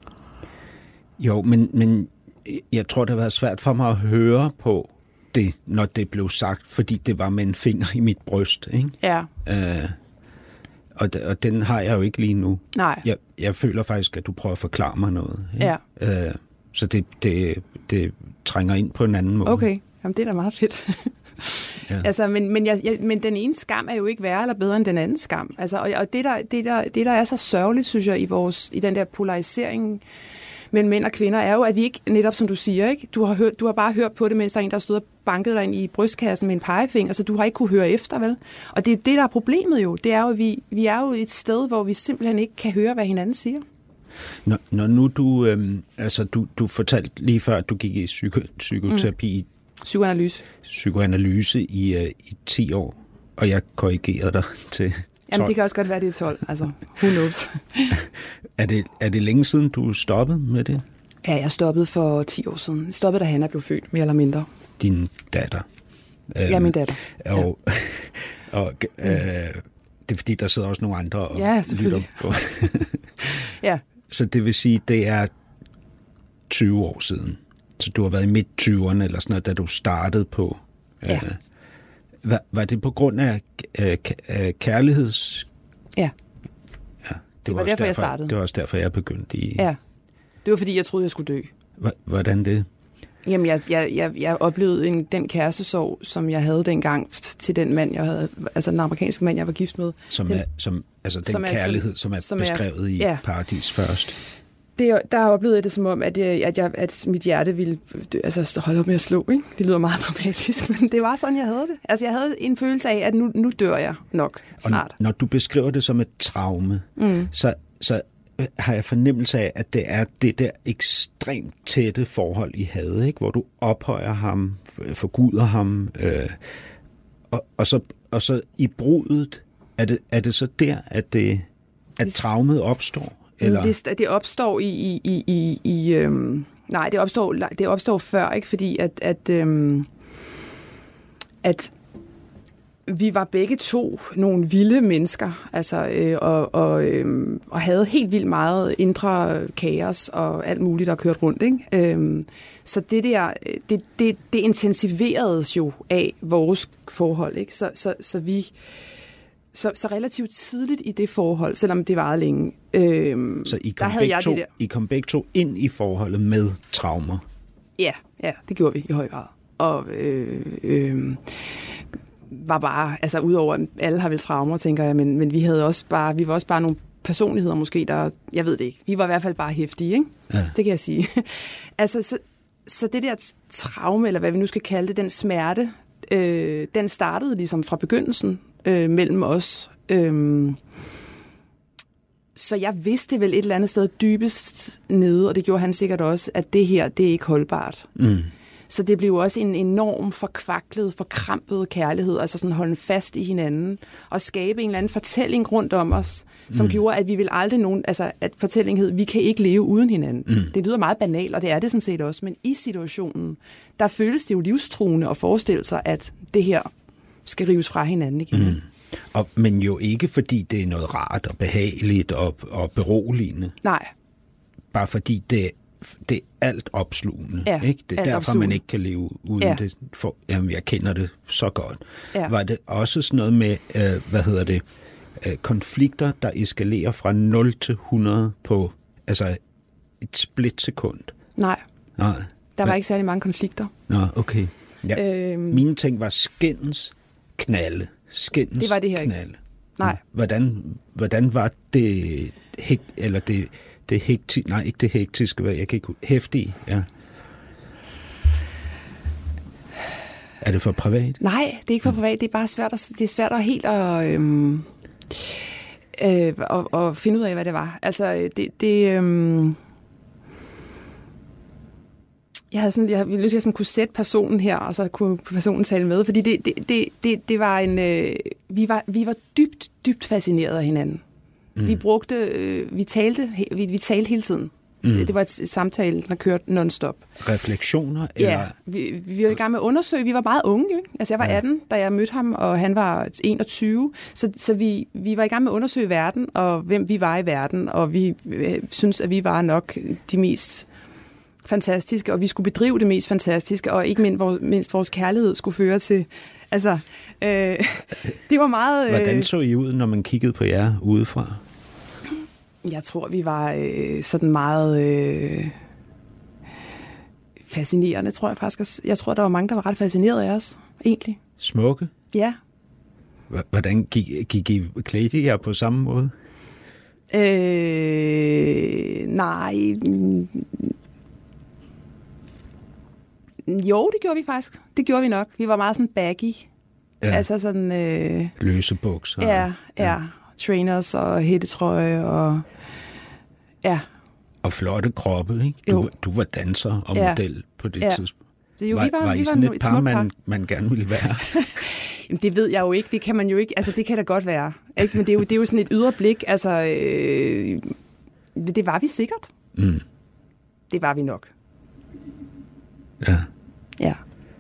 S2: Jo, men, men jeg tror, det har været svært for mig at høre på det, når det blev sagt, fordi det var med en finger i mit bryst, ikke?
S3: Ja.
S2: Øh, og, og den har jeg jo ikke lige nu.
S3: Nej.
S2: Jeg, jeg føler faktisk, at du prøver at forklare mig noget. Ikke?
S3: Ja.
S2: Øh, så det, det, det trænger ind på en anden måde.
S3: Okay, jamen det er da meget fedt. Ja. Altså, men, men, jeg, jeg, men den ene skam er jo ikke værre eller bedre end den anden skam. Altså, og og det, der, det, der, det, der er så sørgeligt, synes jeg, i, vores, i den der polarisering mellem mænd og kvinder, er jo, at vi ikke, netop som du siger, ikke? Du har, hørt, du har bare hørt på det, mens der er en, der stod og bankede dig ind i brystkassen med en pegefinger, så du har ikke kunne høre efter, vel? Og det er det, der er problemet jo. Det er jo, at vi, vi er jo et sted, hvor vi simpelthen ikke kan høre, hvad hinanden siger.
S2: Når, når nu du, øhm, altså du, du fortalte lige før, at du gik i psyko, psykoterapi,
S3: mm. psykoanalyse,
S2: psykoanalyse i, øh, i ti år, og jeg korrigerede dig til tolv.
S3: Jamen det kan også godt være, det er tolv, altså who knows.
S2: er, det, er det længe siden, du stoppede med det?
S3: Ja, jeg stoppede for ti år siden. Jeg stoppede, da Hanna blev født, mere eller mindre.
S2: Din datter?
S3: Ja, min datter.
S2: Og, ja. og øh, det er fordi, der sidder også nogle andre og
S3: ja, selvfølgelig.
S2: lytter på.
S3: Ja.
S2: Så det vil sige, det er tyve år siden. Så du har været i midt-tyverne eller sådan noget, da du startede på.
S3: Ja.
S2: Øh, var, var det på grund af øh, kærligheds...
S3: Ja.
S2: Ja, det,
S3: det var, var derfor, derfor, jeg startede.
S2: Det var også derfor, jeg begyndte i...
S3: Ja. Det var, fordi jeg troede, jeg skulle dø.
S2: Hvordan det?
S3: Jamen, jeg, jeg, jeg, jeg oplevede en, den kærestesorg, som jeg havde dengang til den mand, jeg havde, altså den amerikanske mand, jeg var gift med.
S2: Som
S3: den,
S2: er, som, altså den
S3: som
S2: kærlighed,
S3: er,
S2: som er
S3: som
S2: beskrevet er, i ja. Paradis først.
S3: Det, der oplevede jeg det som om, at, jeg, at, jeg, at mit hjerte ville altså, holde op med at slå. Ikke? Det lyder meget dramatisk, men det var sådan, jeg havde det. Altså, jeg havde en følelse af, at nu, nu dør jeg nok snart.
S2: Og når du beskriver det som et traume, mm. så, så har jeg fornemmelse af, at det er det der ekstremt tætte forhold, I havde, ikke? Hvor du ophøjer ham, forguder ham, øh, og, og, så, og så i brudet, er det, er det så der, at, det, at traumet opstår? Eller?
S3: Det, det opstår i... i, i, i, i øhm, nej, det opstår, det opstår før, ikke? Fordi at... at, øhm, at Vi var begge to nogle vilde mennesker, altså, øh, og, og, øh, og havde helt vildt meget indre kaos og alt muligt, der kørte rundt. Ikke? Øh, så det der, det, det, det intensiveredes jo af vores forhold. Ikke? Så, så, så vi, så, så relativt tidligt i det forhold, selvom det varede længe. Øh,
S2: så I kom, begge to, I kom begge to ind i forholdet med traumer?
S3: Ja, ja, det gjorde vi i høj grad. Og øh, øh, var bare, altså udover at alle har vel traumer, tænker jeg, men, men vi havde også bare, vi var også bare nogle personligheder måske, der, jeg ved det ikke, vi var i hvert fald bare heftige, ikke? Ja. Det kan jeg sige. altså, så, så det der traume, eller hvad vi nu skal kalde det, den smerte, øh, den startede ligesom fra begyndelsen øh, mellem os. Øh, så jeg vidste vel et eller andet sted dybest nede, og det gjorde han sikkert også, at det her, det er ikke holdbart. Mm. Så det blev også en enorm forkvaklet, forkrampet kærlighed, altså sådan holde fast i hinanden, og skabe en eller anden fortælling rundt om os, som mm. gjorde, at vi vil aldrig nogen, altså at fortællingen hed, vi kan ikke leve uden hinanden. Mm. Det lyder meget banalt, og det er det sådan set også, men i situationen, der føles det jo livstruende at forestille sig, at det her skal rives fra hinanden igen. Mm.
S2: Og, men jo ikke, fordi det er noget rart og behageligt og, og beroligende.
S3: Nej.
S2: Bare fordi det, det er alt opslugende.
S3: Ja,
S2: ikke? Det er derfor,
S3: opslugende.
S2: Man ikke kan leve uden
S3: ja.
S2: det. For, jamen, jeg kender det så godt.
S3: Ja.
S2: Var det også sådan noget med, øh, hvad hedder det, øh, konflikter, der eskalerer fra nul til hundrede på altså et splitsekund?
S3: Nej.
S2: Nej.
S3: Der var Hva? ikke særlig mange konflikter.
S2: Nå, okay. Ja. Øhm. Mine ting var skændens, knalde. Skændens,
S3: det var det her
S2: knalde.
S3: Ikke. Nej.
S2: Hvordan, hvordan var det, hek, eller det, det hektiske, nej, ikke det hektiske, jeg kan ikke hæftige, ja. Er det for privat?
S3: Nej, det er ikke for privat, det er bare svært at, det er svært at helt at, øhm, øh, at, at finde ud af, hvad det var. Altså, det, det øhm, jeg havde sådan, jeg ville lyst til at sådan kunne sætte personen her, og så kunne personen tale med, fordi det, det, det, det, det var en, øh, vi var, vi var dybt, dybt fascineret af hinanden. Mm. Vi brugte, øh, vi talte, vi, vi talte hele tiden. Mm. Det var et samtale, der kørte non-stop.
S2: Refleksioner? Eller?
S3: Ja, vi, vi var i gang med at undersøge. Vi var meget unge, ikke? Altså jeg var atten, da jeg mødte ham, og han var enogtyve. Så, så vi, vi var i gang med at undersøge verden, og hvem vi var i verden, og vi øh, synes, at vi var nok de mest fantastiske, og vi skulle bedrive det mest fantastiske, og ikke mindst vores, mindst vores kærlighed skulle føre til. Altså, øh, det var meget... Øh,
S2: Hvordan så I ud, når man kiggede på jer udefra?
S3: Jeg tror, vi var øh, sådan meget øh, fascinerende, tror jeg faktisk. Jeg tror, der var mange, der var ret fascineret af os, egentlig.
S2: Smukke?
S3: Ja.
S2: Hvordan gik, gik I klædt I jer på samme måde?
S3: Øh, nej. Jo, det gjorde vi faktisk. Det gjorde vi nok. Vi var meget sådan baggy. Ja. Altså sådan... Øh,
S2: løse bukser.
S3: Ja, ja, ja. Trainers og hættetrøje og... Ja.
S2: Og flotte kroppe, ikke? Du, du var danser og
S3: ja.
S2: model på det
S3: ja.
S2: tidspunkt.
S3: Det jo,
S2: var,
S3: vi var,
S2: var
S3: vi
S2: I sådan
S3: var
S2: et par, man, man gerne ville være?
S3: Jamen, det ved jeg jo ikke. Det kan man jo ikke. Altså, det kan da godt være. Ikke? Men det er, jo, det er jo sådan et ydre blik. Altså, øh, det var vi sikkert. Mm. Det var vi nok.
S2: Ja.
S3: Ja.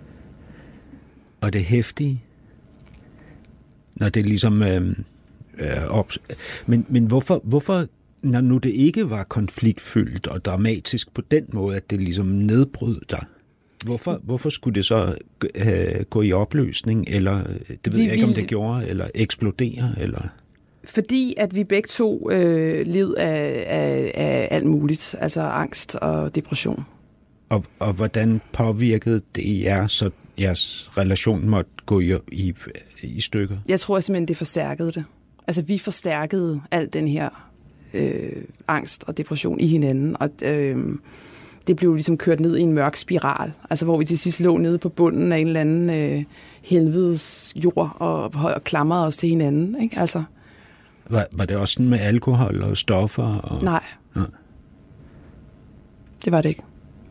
S2: Og det hæftige, når det ligesom... Øh, øh, op... Men, men hvorfor, hvorfor, når nu det ikke var konfliktfyldt og dramatisk på den måde, at det ligesom nedbrød dig, hvorfor, hvorfor skulle det så øh, gå i opløsning, eller det ved vi, jeg ikke, om det gjorde, eller eksplodere, eller...
S3: Fordi at vi begge to øh, led af, af, af alt muligt, altså angst og depression.
S2: Og, og hvordan påvirkede det jer, så jeres relation måtte gå i, i, i stykker?
S3: Jeg tror simpelthen, det forstærkede det. Altså, vi forstærkede al den her øh, angst og depression i hinanden, og øh, det blev ligesom kørt ned i en mørk spiral, altså hvor vi til sidst lå nede på bunden af en eller anden øh, helvedes jord og, og klamrede os til hinanden, ikke? Altså.
S2: Var, var det også sådan med alkohol og stoffer? Og...
S3: Nej.
S2: Ja.
S3: Det var det ikke.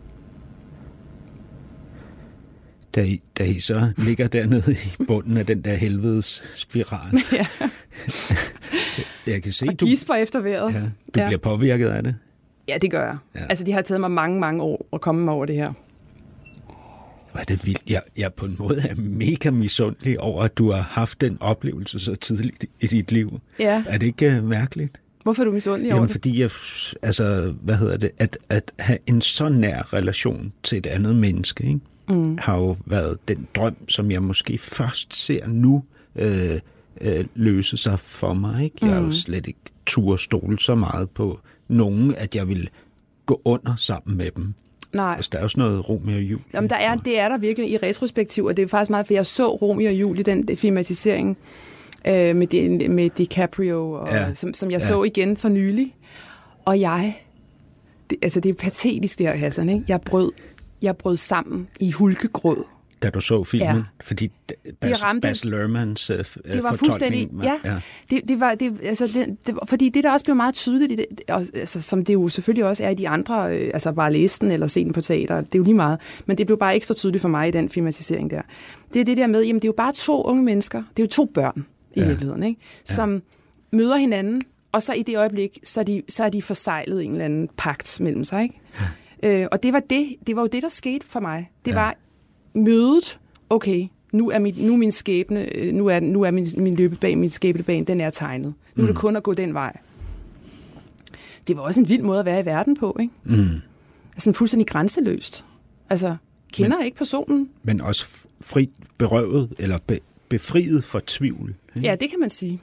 S2: Da I, da I så ligger dernede i bunden af den der helvedes spiral.
S3: Ja.
S2: Jeg kan se,
S3: og gisper efter vejret.
S2: Ja, du ja. bliver påvirket af det.
S3: Ja, det gør jeg. Ja. Altså, det har taget mig mange, mange år at komme mig over det her.
S2: Hvor er det vildt. Jeg, jeg på en måde er mega misundelig over, at du har haft den oplevelse så tidligt i dit liv.
S3: Ja.
S2: Er det ikke uh, mærkeligt?
S3: Hvorfor er du misundelig
S2: Jamen,
S3: over det?
S2: fordi jeg, altså, hvad hedder det, at, at have en så nær relation til et andet menneske, ikke? Mm. har jo været den drøm, som jeg måske først ser nu øh, øh, løse sig for mig. Ikke? Jeg har jo slet ikke tur stole så meget på nogen, at jeg vil gå under sammen med dem.
S3: Nej.
S2: Altså, der er jo sådan noget Romeo og Julie.
S3: Jamen, der er, det er der virkelig i retrospektiv, og det er faktisk meget, for jeg så Romeo og Julie, den filmatisering øh, med, de, med DiCaprio, og,
S2: ja.
S3: som, som jeg
S2: ja.
S3: så igen for nylig. Og jeg, det, altså det er patetisk det her, Hassan, ikke? Jeg brød, jeg brød sammen i hulkegråd.
S2: Da du så filmen?
S3: Ja.
S2: Fordi Baz, Baz Luhrmanns uh,
S3: det var fuldstændig, ja. ja. Det, det var, det, altså det, det, fordi det der også blev meget tydeligt, det, og, altså, som det jo selvfølgelig også er i de andre, øh, altså bare læse den eller se den på teater, det er jo lige meget, men det blev bare ekstra tydeligt for mig i den filmatisering der. Det er det der med, jamen det er jo bare to unge mennesker, det er jo to børn i ja. virkeligheden, ikke? Som ja. møder hinanden, og så i det øjeblik, så er de, så er de forsejlet en eller anden pagt mellem sig, ikke? Ja. Øh, og det var det, det var jo det, der skete for mig. Det ja. var mødet, okay, nu er min, nu er min skæbne, nu er, nu er min, min løbebane, min skæbnebane, den er tegnet. Nu er det kun at gå den vej. Det var også en vild måde at være i verden på, ikke? Mm. Altså fuldstændig grænseløst. Altså, kender men, ikke personen. Men
S2: også frit berøvet, eller be, befriet for tvivl. Ikke?
S3: Ja, det kan man sige.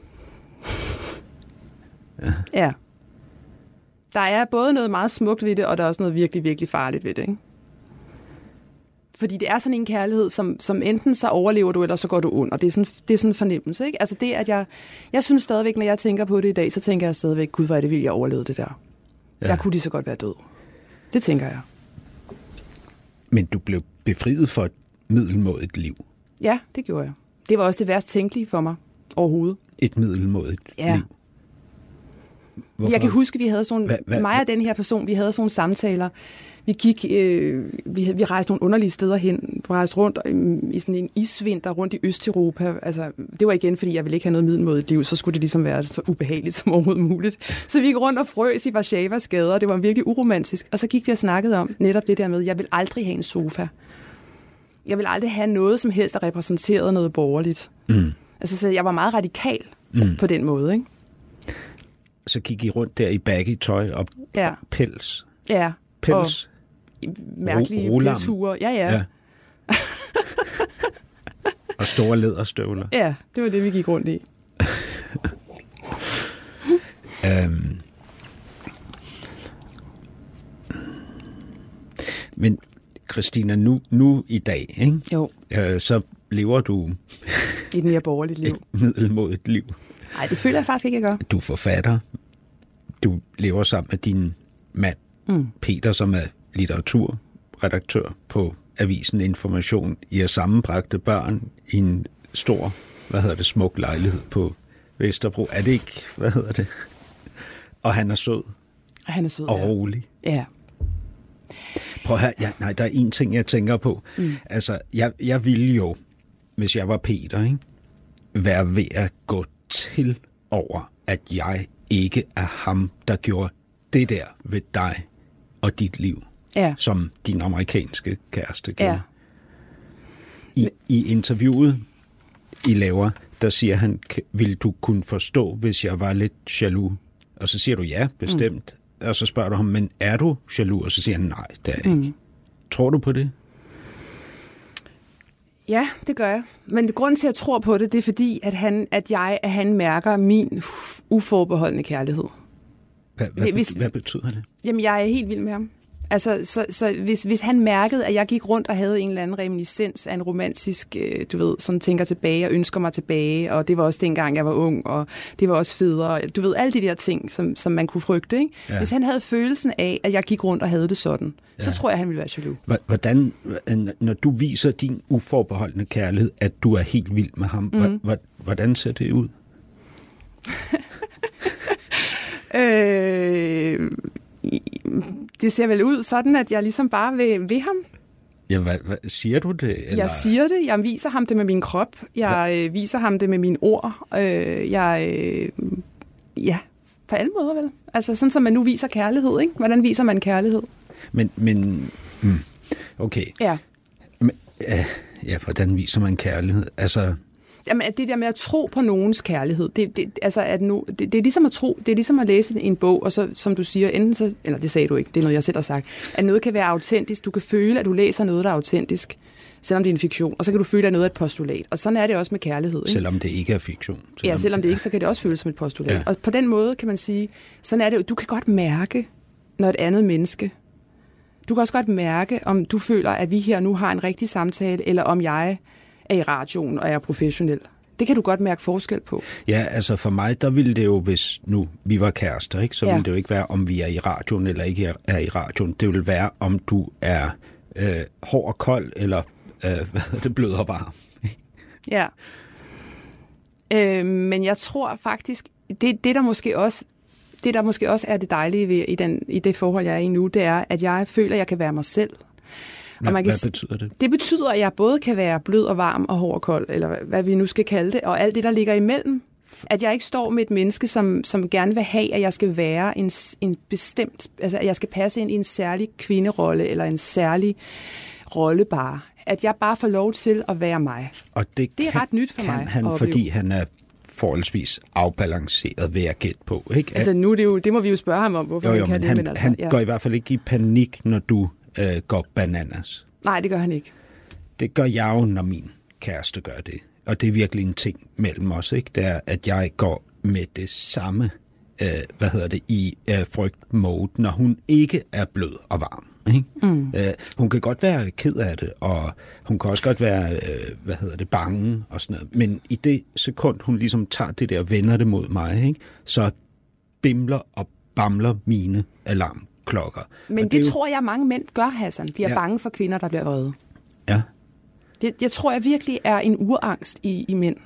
S3: ja. ja. Der er både noget meget smukt ved det, og der er også noget virkelig, virkelig farligt ved det, ikke? Fordi det er sådan en kærlighed, som, som enten så overlever du, eller så går du under. Det er sådan, det er sådan en fornemmelse, ikke? Altså det, at jeg, jeg synes stadigvæk, når jeg tænker på det i dag, så tænker jeg stadigvæk, gud, hvor er det vildt, jeg overlevede det der. Ja. Der kunne de så godt være død. Det tænker jeg.
S2: Men du blev befriet for et middelmådigt liv.
S3: Ja, det gjorde jeg. Det var også det værst tænkelige for mig overhovedet.
S2: Et middelmådigt
S3: ja.
S2: liv. Hvorfor?
S3: Jeg kan huske, vi havde sådan, hva, hva, mig og den her person, vi havde sådan nogle samtaler. Vi gik, øh, vi, vi rejste nogle underlige steder hen, vi rejste rundt øh, i sådan en isvinter rundt i Østeuropa. Altså, det var igen, fordi jeg ville ikke have noget middelmådigt liv, så skulle det ligesom være så ubehageligt som overhovedet muligt. Så vi gik rundt og frøs i Warszawas gader, det var virkelig uromantisk. Og så gik vi og snakkede om netop det der med, jeg vil aldrig have en sofa. Jeg vil aldrig have noget som helst, der repræsenterede noget borgerligt. Mm. Altså, så jeg var meget radikal mm. på den måde, ikke?
S2: Så gik I rundt der i baggy tøj og
S3: ja.
S2: pels.
S3: Ja.
S2: Pels.
S3: Og mærkelige
S2: Ro-
S3: pelsure. Ja, ja. ja.
S2: og store læderstøvler.
S3: Ja, det var det, vi gik rundt i.
S2: øhm. Men Christina, nu, nu i dag, ikke?
S3: Jo.
S2: Øh, så lever du
S3: i et mere borgerligt liv.
S2: Et middelmådigt liv.
S3: Nej, det føler jeg faktisk ikke, jeg gør.
S2: Du er forfatter. Du lever sammen med din mand, mm. Peter, som er litteraturredaktør på avisen Information. I har sammenbragte børn i en stor, hvad hedder det, smuk lejlighed på Vesterbro. Er det ikke, hvad hedder det? Og han er sød.
S3: Og han er sød,
S2: Og
S3: ja.
S2: rolig.
S3: Ja.
S2: Prøv her, ja, nej, der er en ting, jeg tænker på. Mm. Altså, jeg, jeg ville jo, hvis jeg var Peter, ikke, være ved at gå til over, at jeg ikke er ham, der gjorde det der ved dig og dit liv,
S3: ja.
S2: som din amerikanske kæreste gjorde.
S3: Ja.
S2: I, I interviewet, I laver, der siger han, vil du kunne forstå, hvis jeg var lidt jaloux? Og så siger du ja, bestemt. Mm. Og så spørger du ham, men er du jaloux? Og så siger han, nej, det er jeg mm. ikke. Tror du på det?
S3: Ja, det gør jeg. Men grunden til, at jeg tror på det, det er fordi, at, han, at, jeg, at han mærker min uforbeholdende kærlighed.
S2: Hvad, hvad, hvis, hvad betyder det?
S3: Jamen, jeg er helt vild med ham. Altså, så, så hvis, hvis han mærkede, at jeg gik rundt og havde en eller anden reminiscens af en romantisk, øh, du ved, sådan tænker tilbage og ønsker mig tilbage, og det var også dengang, jeg var ung, og det var også federe. Du ved, alle de der ting, som, som man kunne frygte, ikke? Ja. Hvis han havde følelsen af, at jeg gik rundt og havde det sådan, ja. så tror jeg, han ville være jaloux.
S2: Hvordan, når du viser din uforbeholdende kærlighed, at du er helt vild med ham, mm. hvordan ser det ud?
S3: øh... Det ser vel ud sådan, at jeg ligesom bare vil ved ham.
S2: Ja, hvad, hvad, siger du det? Eller?
S3: Jeg siger det. Jeg viser ham det med min krop. Jeg øh, viser ham det med mine ord. Øh, jeg, øh, ja, på alle måder vel. Altså sådan, som man nu viser kærlighed, ikke? Hvordan viser man kærlighed?
S2: Men, men mm, okay.
S3: Ja.
S2: Men, Ja, ja, hvordan viser man kærlighed? Altså...
S3: Jamen, det der med at tro på nogens kærlighed, det, det, altså, at nu, det, det er ligesom at tro, det er ligesom at læse en bog, og så, som du siger, enten så, eller det sagde du ikke, det er noget, jeg selv har sagt, at noget kan være autentisk, du kan føle, at du læser noget, der er autentisk, selvom det er en fiktion, og så kan du føle, at noget er et postulat. Og sådan er det også med kærlighed. Ikke?
S2: Selvom det ikke er fiktion.
S3: Selvom, ja, selvom det ikke, så kan det også føles som et postulat. Ja. Og på den måde kan man sige, sådan er det, du kan godt mærke, når et andet menneske, du kan også godt mærke, om du føler, at vi her nu har en rigtig samtale, eller om jeg er i radioen og er professionel. Det kan du godt mærke forskel på.
S2: Ja, altså for mig, der ville det jo, hvis nu vi var kærester, ikke, så ja. ville det jo ikke være, om vi er i radioen eller ikke er i radioen. Det ville være, om du er øh, hård og kold, eller øh, hvad er det, blød og varm.
S3: Ja. Øh, men jeg tror faktisk, det, det der måske også det der måske også er det dejlige ved, i, den, i det forhold, jeg er i nu, det er, at jeg føler, at jeg kan være mig selv.
S2: Hvad, man kan, hvad betyder det?
S3: Det betyder, at jeg både kan være blød og varm og hård og kold, eller hvad vi nu skal kalde det, og alt det, der ligger imellem. At jeg ikke står med et menneske, som, som gerne vil have, at jeg skal være en, en bestemt, altså at jeg skal passe ind i en særlig kvinderolle, eller en særlig rolle bare. At jeg bare får lov til at være mig.
S2: Og det,
S3: det er
S2: kan,
S3: ret nyt for
S2: kan
S3: mig.
S2: Han, fordi han er forholdsvis afbalanceret, ved at gætte på, ikke?
S3: Altså nu, det, jo, det må vi jo spørge ham om, hvorfor
S2: jo, jo,
S3: han kan det.
S2: Han,
S3: men altså,
S2: han
S3: ja.
S2: går i hvert fald ikke i panik, når du øh, går bananas.
S3: Nej, det gør han ikke.
S2: Det gør jeg jo, når min kæreste gør det. Og det er virkelig en ting mellem os, ikke? Det er, at jeg går med det samme, øh, hvad hedder det, i øh, frygt-mode, når hun ikke er blød og varm. Ikke? Mm. Øh, hun kan godt være ked af det, og hun kan også godt være, øh, hvad hedder det, bange og sådan noget. Men i det sekund, hun ligesom tager det der og vender det mod mig, ikke? Så bimler og bamler mine alarmklokker.
S3: Men det, det jo... tror jeg, mange mænd gør, Hassan. Bliver ja. bange for kvinder, der bliver vrede.
S2: Ja.
S3: Det, jeg tror, jeg virkelig er en urangst i, i mænd.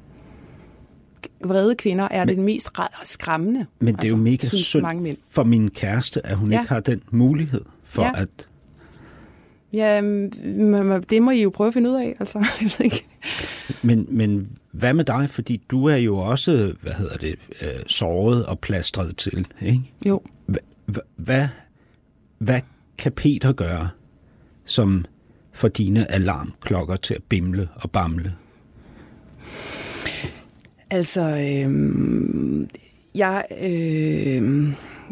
S3: Vrede kvinder er men, det mest skræmmende.
S2: Men det er altså, jo mega synd for min kæreste, at hun ja. ikke har den mulighed for ja. at...
S3: Ja, det må I jo prøve at finde ud af, altså. Jeg ved ikke.
S2: Men, men hvad med dig? Fordi du er jo også, hvad hedder det, øh, såret og plastret til, ikke?
S3: Jo.
S2: H- hvad, hvad kan Peter gøre, som får dine alarmklokker til at bimle og bamle?
S3: Altså, øh, jeg... Øh,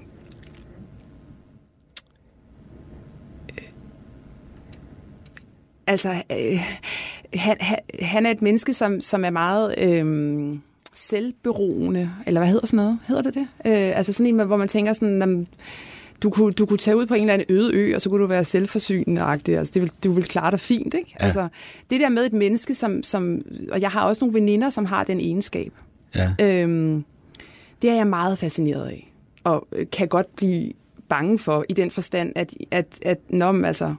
S3: altså, øh, han, han, han er et menneske, som, som er meget øh, selvberoende, eller hvad hedder sådan noget? Hedder det det? Øh, altså sådan en, hvor man tænker sådan... Jamen, Du kunne, du kunne tage ud på en eller anden øde ø, og så kunne du være selvforsynende-agtig. Altså, det vil, du vil klare dig fint, ikke? Ja. Altså, det der med et menneske, som, som... Og jeg har også nogle veninder, som har den egenskab.
S2: Ja.
S3: Øhm, det er jeg meget fascineret af. Og kan godt blive bange for, i den forstand, at, at, at når, altså,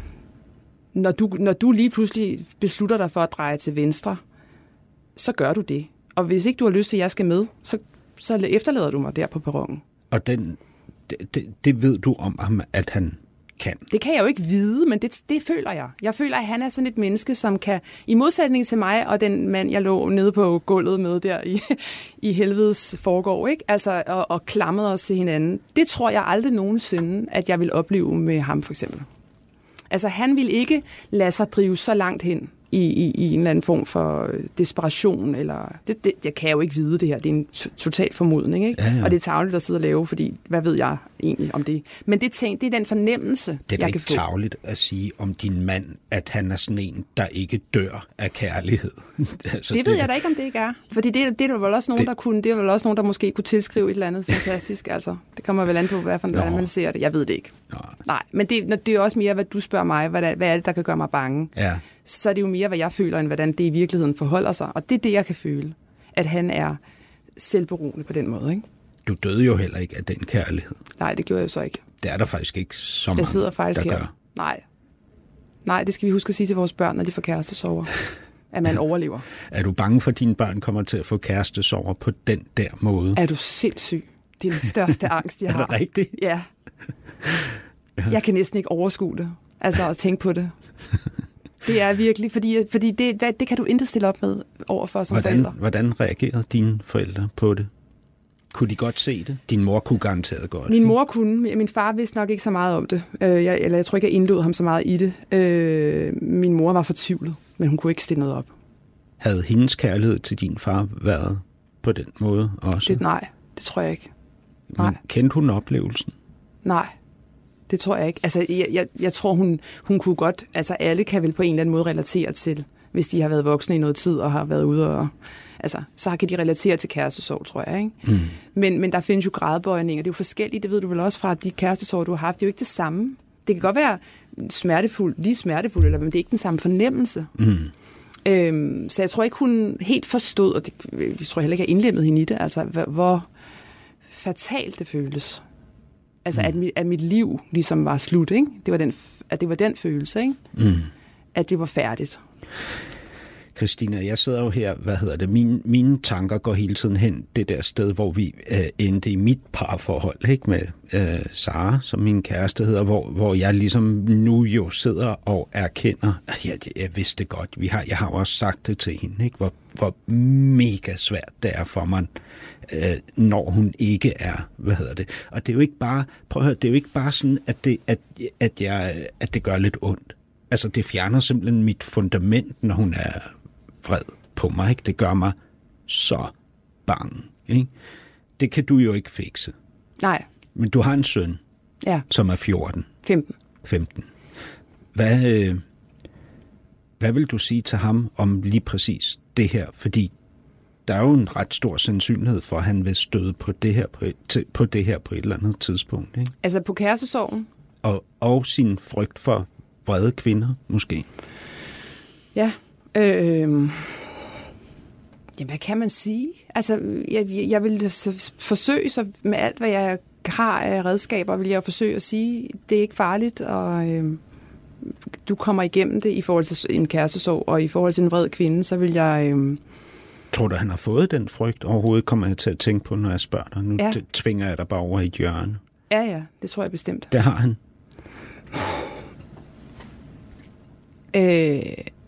S3: når, du, når du lige pludselig beslutter dig for at dreje til venstre, så gør du det. Og hvis ikke du har lyst til, at jeg skal med, så, så efterlader du mig der på perronen.
S2: Og den... Det, det, det ved du om ham, at han kan.
S3: Det kan jeg jo ikke vide, men det, det føler jeg. Jeg føler, at han er sådan et menneske, som kan, i modsætning til mig og den mand, jeg lå nede på gulvet med der i, i helvedes forgård, ikke? Altså, og, og klamrede os til hinanden. Det tror jeg aldrig nogensinde, at jeg vil opleve med ham, for eksempel. Altså, han vil ikke lade sig drive så langt hen i, i, i en eller anden form for desperation. Eller, det, det, jeg kan jo ikke vide det her. Det er en total formodning, ikke? Ja, ja. Og det er tarveligt at sidde og lave, fordi hvad ved jeg egentlig om det? Men det, tænk, det er den fornemmelse,
S2: det er
S3: jeg kan få.
S2: Det er ikke tarveligt at sige om din mand, at han er sådan en, der ikke dør af kærlighed. altså,
S3: det ved det, jeg da ikke, om det ikke er. Fordi det, det er vel også nogen, det, der kunne, det er vel også nogen, der måske kunne tilskrive et eller andet fantastisk. Altså, det kommer vel an på, hvad for, hvordan man ser det. Jeg ved det ikke. Nå. Nej, men det, det er også mere, hvad du spørger mig, hvad, der, hvad er det, der kan gøre mig bange.
S2: Ja.
S3: Så er det jo mere, hvad jeg føler, end hvordan det i virkeligheden forholder sig. Og det er det, jeg kan føle. At han er selvberoende på den måde, ikke?
S2: Du døde jo heller ikke af den kærlighed.
S3: Nej, det gjorde jeg jo så ikke.
S2: Det er der faktisk ikke så mange,
S3: der sidder faktisk
S2: der
S3: her.
S2: gør.
S3: Nej. Nej, det skal vi huske at sige til vores børn, når de får kærestesorger. At man overlever. Er
S2: du bange for, at dine børn kommer til at få kærestesorger på den der måde?
S3: Er du sindssyg? Det er den største angst, jeg har.
S2: Er det rigtigt?
S3: Ja. Jeg kan næsten ikke overskue det. Altså at tænke på det. Det er virkelig, fordi, fordi det, det kan du ikke stille op med overfor som
S2: hvordan,
S3: forældre.
S2: Hvordan reagerede dine forældre på det? Kunne de godt se det? Din mor kunne garanteret godt.
S3: Min mor kunne. Min far vidste nok ikke så meget om det. Øh, jeg, eller jeg tror ikke, jeg indlod ham så meget i det. Øh, min mor var fortvivlet, men hun kunne ikke stille noget op.
S2: Havde hendes kærlighed til din far været på den måde også?
S3: Det, nej, det tror jeg ikke. Nej.
S2: Men kendte hun oplevelsen?
S3: Nej, det tror jeg ikke. Altså, jeg, jeg, jeg tror, hun, hun kunne godt... Altså, alle kan vel på en eller anden måde relatere til, hvis de har været voksne i noget tid og har været ude og... Altså, så kan de relatere til kærestesorg, tror jeg, ikke? Mm. Men, men der findes jo gradbøjninger. Det er jo forskelligt, det ved du vel også fra de kærestesorg, du har haft. Det er jo ikke det samme. Det kan godt være smertefuldt, lige smertefuldt, eller, men det er ikke den samme fornemmelse. Mm. Øhm, så jeg tror ikke, hun helt forstod, og det, jeg tror heller ikke, jeg indlemmet hende i det, altså, hvor, hvor fatalt det føles. Altså, mm. at, mit, at mit liv ligesom var slut, ikke? Det var den, at det var den følelse, ikke? Mm. At det var færdigt.
S2: Christina, jeg sidder jo her, hvad hedder det, mine, mine tanker går hele tiden hen det der sted, hvor vi øh, endte i mit parforhold, ikke, med øh, Sara, som min kæreste hedder, hvor, hvor jeg ligesom nu jo sidder og erkender, at jeg, jeg vidste godt, vi har, jeg har også sagt det til hende, ikke, hvor, hvor mega svært det er for mig, øh, når hun ikke er, hvad hedder det, og det er jo ikke bare, prøv at høre, det er jo ikke bare sådan, at det, at, at jeg, at det gør lidt ondt. Altså, det fjerner simpelthen mit fundament, når hun er vred på mig, ikke? Det gør mig så bange, ikke? Det kan du jo ikke fikse.
S3: Nej.
S2: Men du har en søn,
S3: ja.
S2: Som er fjorten.
S3: femten.
S2: femten. Hvad, øh, hvad vil du sige til ham om lige præcis det her? Fordi der er jo en ret stor sandsynlighed for, at han vil støde på det her på, til, på det her på et eller andet tidspunkt, ikke?
S3: Altså på kærestesorgen?
S2: Og, og sin frygt for vrede kvinder, måske.
S3: Ja. Øh, jamen, hvad kan man sige? Altså, jeg, jeg vil så forsøge så med alt, hvad jeg har af redskaber, vil jeg forsøge at sige, det er ikke farligt, og øh, du kommer igennem det i forhold til en kærestesorg, og i forhold til en vred kvinde, så vil jeg... Øh,
S2: Tror du, han har fået den frygt? Overhovedet kommer jeg til at tænke på, når jeg spørger dig. Nu ja. tvinger jeg dig bare over i et hjørne.
S3: Ja, ja, det tror jeg bestemt.
S2: Det har han.
S3: Øh,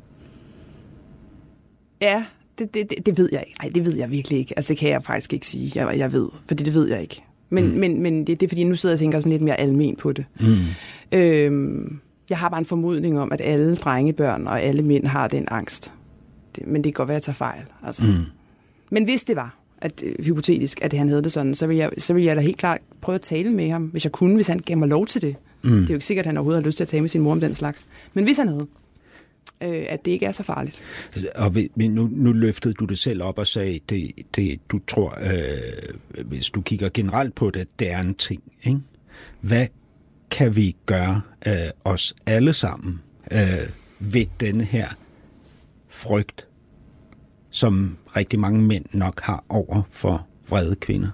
S3: ja, det, det, det ved jeg ikke. Nej, det ved jeg virkelig ikke. Altså, det kan jeg faktisk ikke sige, jeg, jeg ved. Fordi det ved jeg ikke. Men, mm. men, men det, det er, fordi nu sidder jeg og tænker sådan lidt mere almen på det. Mm. Øh, jeg har bare en formodning om, at alle drengebørn og alle mænd har den angst. Det, men det kan godt være, at jeg tager fejl. Altså. Mm. Men hvis det var, at hypotetisk, at han havde det sådan, så ville jeg, så ville jeg da helt klart prøve at tale med ham, hvis jeg kunne, hvis han gav mig lov til det. Mm. Det er jo ikke sikkert, at han overhovedet har lyst til at tale med sin mor om den slags. Men hvis han havde, øh, at det ikke er så farligt.
S2: Og nu, nu løftede du det selv op og sagde, det, det du tror, øh, hvis du kigger generelt på det, det er en ting, ikke? Hvad kan vi gøre øh, os alle sammen øh, ved denne her frygt, som rigtig mange mænd nok har over for vrede kvinder?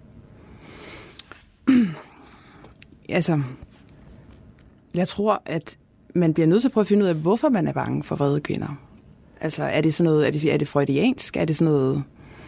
S3: Altså, jeg tror, at man bliver nødt til at prøve at finde ud af, hvorfor man er bange for vrede kvinder. Altså, er det sådan noget, at vi siger, er det freudiansk? Er det sådan noget,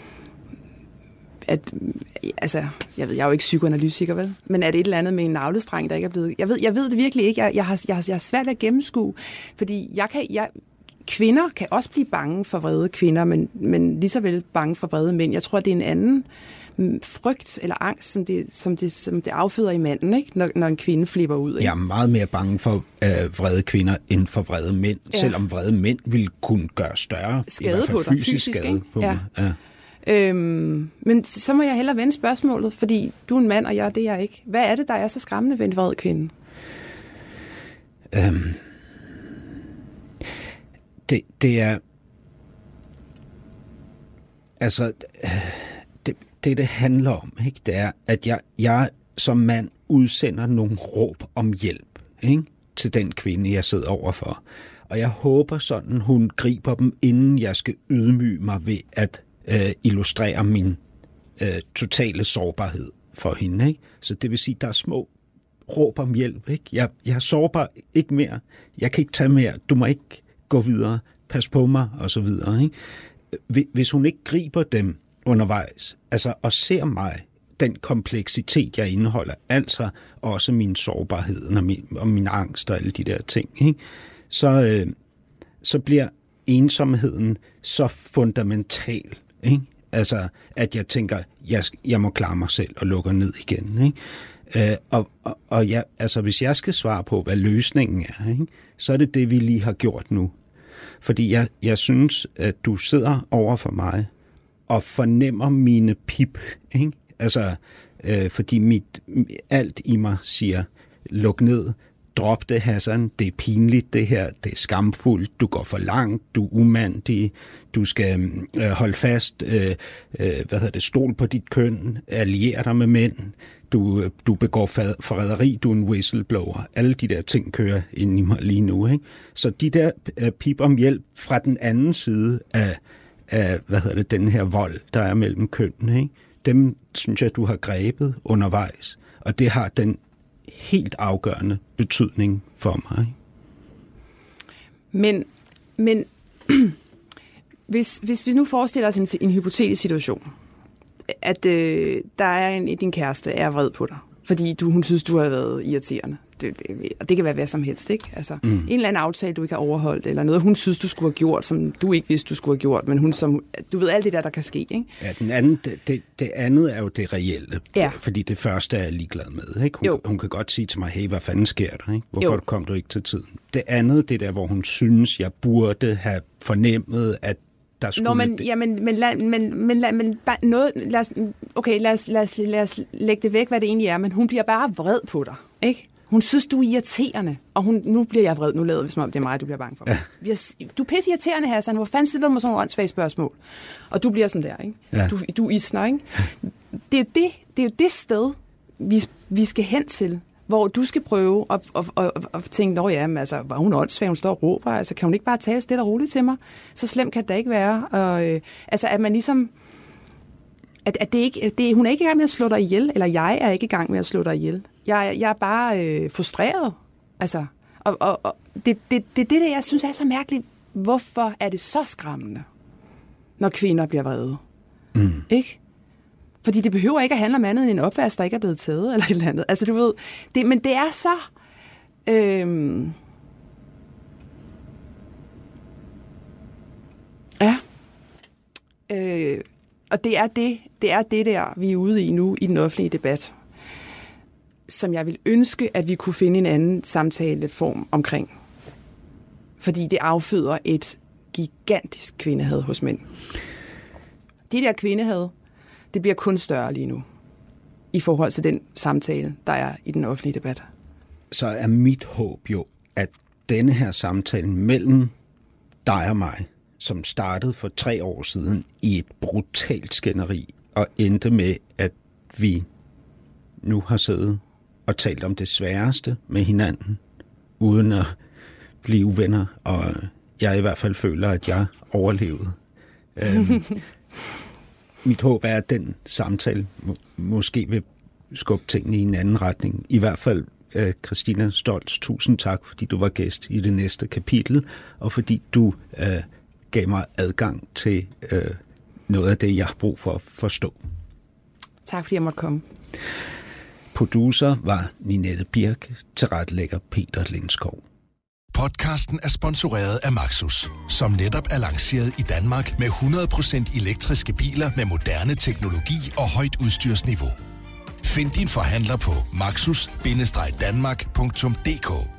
S3: at, altså, jeg ved, jeg er jo ikke psykoanalytiker, vel? Men er det et eller andet med en navlestreng, der ikke er blevet... Jeg ved, jeg ved det virkelig ikke. Jeg, jeg, har, jeg, har, jeg har svært ved at gennemskue, fordi jeg kan... Jeg, kvinder kan også blive bange for vrede kvinder, men, men lige så vel bange for vrede mænd. Jeg tror, det er en anden frygt eller angst, som det, som det, som det afføder i manden, ikke? Når, når en kvinde flipper ud. Ikke?
S2: Jeg er meget mere bange for øh, vrede kvinder end for vrede mænd, ja. Selvom vrede mænd ville kunne gøre større,
S3: skade
S2: i hvert fald
S3: på dig.
S2: fysisk, fysisk skade ikke? På
S3: ja.
S2: mig. Ja.
S3: Øhm, men så må jeg hellere vende spørgsmålet, fordi du er en mand, og jeg det er jeg ikke. Hvad er det, der er så skræmmende ved en vred kvinde?
S2: Øhm, det, det er... Altså... Det, det, det handler om, ikke, det er, at jeg, jeg som mand udsender nogle råb om hjælp, ikke, til den kvinde, jeg sidder overfor. Og jeg håber sådan, hun griber dem, inden jeg skal ydmyge mig ved at øh, illustrere min øh, totale sårbarhed for hende. Ikke? Så det vil sige, der er små råb om hjælp. Ikke? Jeg, jeg er sårbar, ikke mere. Jeg kan ikke tage mere. Du må ikke gå videre. Pas på mig, og så videre. Ikke? Hvis hun ikke griber dem undervejs, altså og ser mig, den kompleksitet, jeg indeholder, altså også min sårbarhed og min, og min angst og alle de der ting, ikke? Så, øh, så bliver ensomheden så fundamental, ikke? Altså, at jeg tænker, jeg, jeg må klare mig selv og lukker ned igen. Ikke? Øh, og og, og jeg, altså, hvis jeg skal svare på, hvad løsningen er, ikke? Så er det det, vi lige har gjort nu. Fordi jeg, jeg synes, at du sidder over for mig og fornemmer mine pip. Ikke? Altså, øh, fordi mit, alt i mig siger, luk ned, drop det, Hassan, det er pinligt det her, det er skamfuldt, du går for langt, du er umandig, du skal øh, holde fast, øh, øh, hvad hedder det, stol på dit køn, alliere dig med mænd, du, du begår forræderi, du er en whistleblower. Alle de der ting kører ind i mig lige nu. Ikke? Så de der øh, pip om hjælp fra den anden side af, af hvad hedder det, den her vold, der er mellem kønnene, ikke? Dem synes jeg, du har grebet undervejs, og det har den helt afgørende betydning for mig.
S3: Men, men hvis, hvis vi nu forestiller os en, en hypotetisk situation, at øh, der er en, din kæreste er vred på dig, fordi du, hun synes, du har været irriterende. Det, og det kan være hvad som helst, ikke? Altså, mm. en eller anden aftale, du ikke har overholdt, eller noget, hun synes, du skulle have gjort, som du ikke vidste, du skulle have gjort, men hun som, du ved alt det der, der kan ske, ikke?
S2: Ja, den anden, det, det, det andet er jo det reelle,
S3: ja. Fordi
S2: det første er jeg ligeglad med, ikke? Hun, hun kan godt sige til mig, hey, hvad fanden sker der, ikke? Hvorfor jo. kom du ikke til tiden? Det andet, det der, hvor hun synes, jeg burde have fornemmet, at der skulle...
S3: Nå, men,
S2: det...
S3: ja, men, men, lad, men, men, lad, men bare noget, lad os, okay, lad os, lad, os, lad os lægge det væk, hvad det egentlig er, men hun bliver bare vred på dig, ikke? Hun synes, du er irriterende, og hun, nu bliver jeg vred. Nu lader vi som om, det er mig, du bliver bange for. Ja. Du er pisse irriterende, Hassan. Hvor fanden stiller du med sådan nogle åndssvage spørgsmål? Og du bliver sådan der, ikke? Ja. Du, du isner, ikke? Det er, det, det er jo det sted, vi, vi skal hen til, hvor du skal prøve at, at, at, at, at tænke, nå ja, men altså, var hun åndssvag, hun står og råber, altså, kan hun ikke bare tale stille og roligt til mig? Så slemt kan det ikke være. Og, øh, altså, at man ligesom... At, at det ikke, det, hun er ikke i gang med at slå dig ihjel, eller jeg er ikke i gang med at slå dig ihjel. Jeg, jeg er bare øh, frustreret. Altså, og, og, og det er det, det, det, jeg synes er så mærkeligt. Hvorfor er det så skræmmende, når kvinder bliver vrede? Mm. Ikke? Fordi det behøver ikke at handle om andet end en opvask, der ikke er blevet taget, eller et eller andet. Altså, du ved, det, men det er så... Øh, ja. Øh, Og det er det, det er det der, vi er ude i nu i den offentlige debat, som jeg vil ønske, at vi kunne finde en anden samtaleform omkring. Fordi det afføder et gigantisk kvindehad hos mænd. Det der kvindehad, det bliver kun større lige nu, i forhold til den samtale, der er i den offentlige debat.
S2: Så er mit håb jo, at denne her samtale mellem dig og mig, som startede for tre år siden i et brutalt skænderi, og endte med, at vi nu har siddet og talt om det sværeste med hinanden, uden at blive uvenner, og jeg i hvert fald føler, at jeg overlevede. øhm, mit håb er, at den samtale må, måske vil skubbe tingene i en anden retning. I hvert fald, øh, Christina Stoltz, tusind tak, fordi du var gæst i det næste kapitel, og fordi du øh, gav mig adgang til øh, noget af det, jeg har brug for at forstå.
S3: Tak fordi jeg måtte komme.
S2: Producer var Ninette Birk, tilrettelægger Peter Lindskov.
S4: Podcasten er sponsoreret af Maxus, som netop er lanceret i Danmark med hundrede procent elektriske biler med moderne teknologi og højt udstyrsniveau. Find din forhandler på maxus bindestreg danmark punktum d k.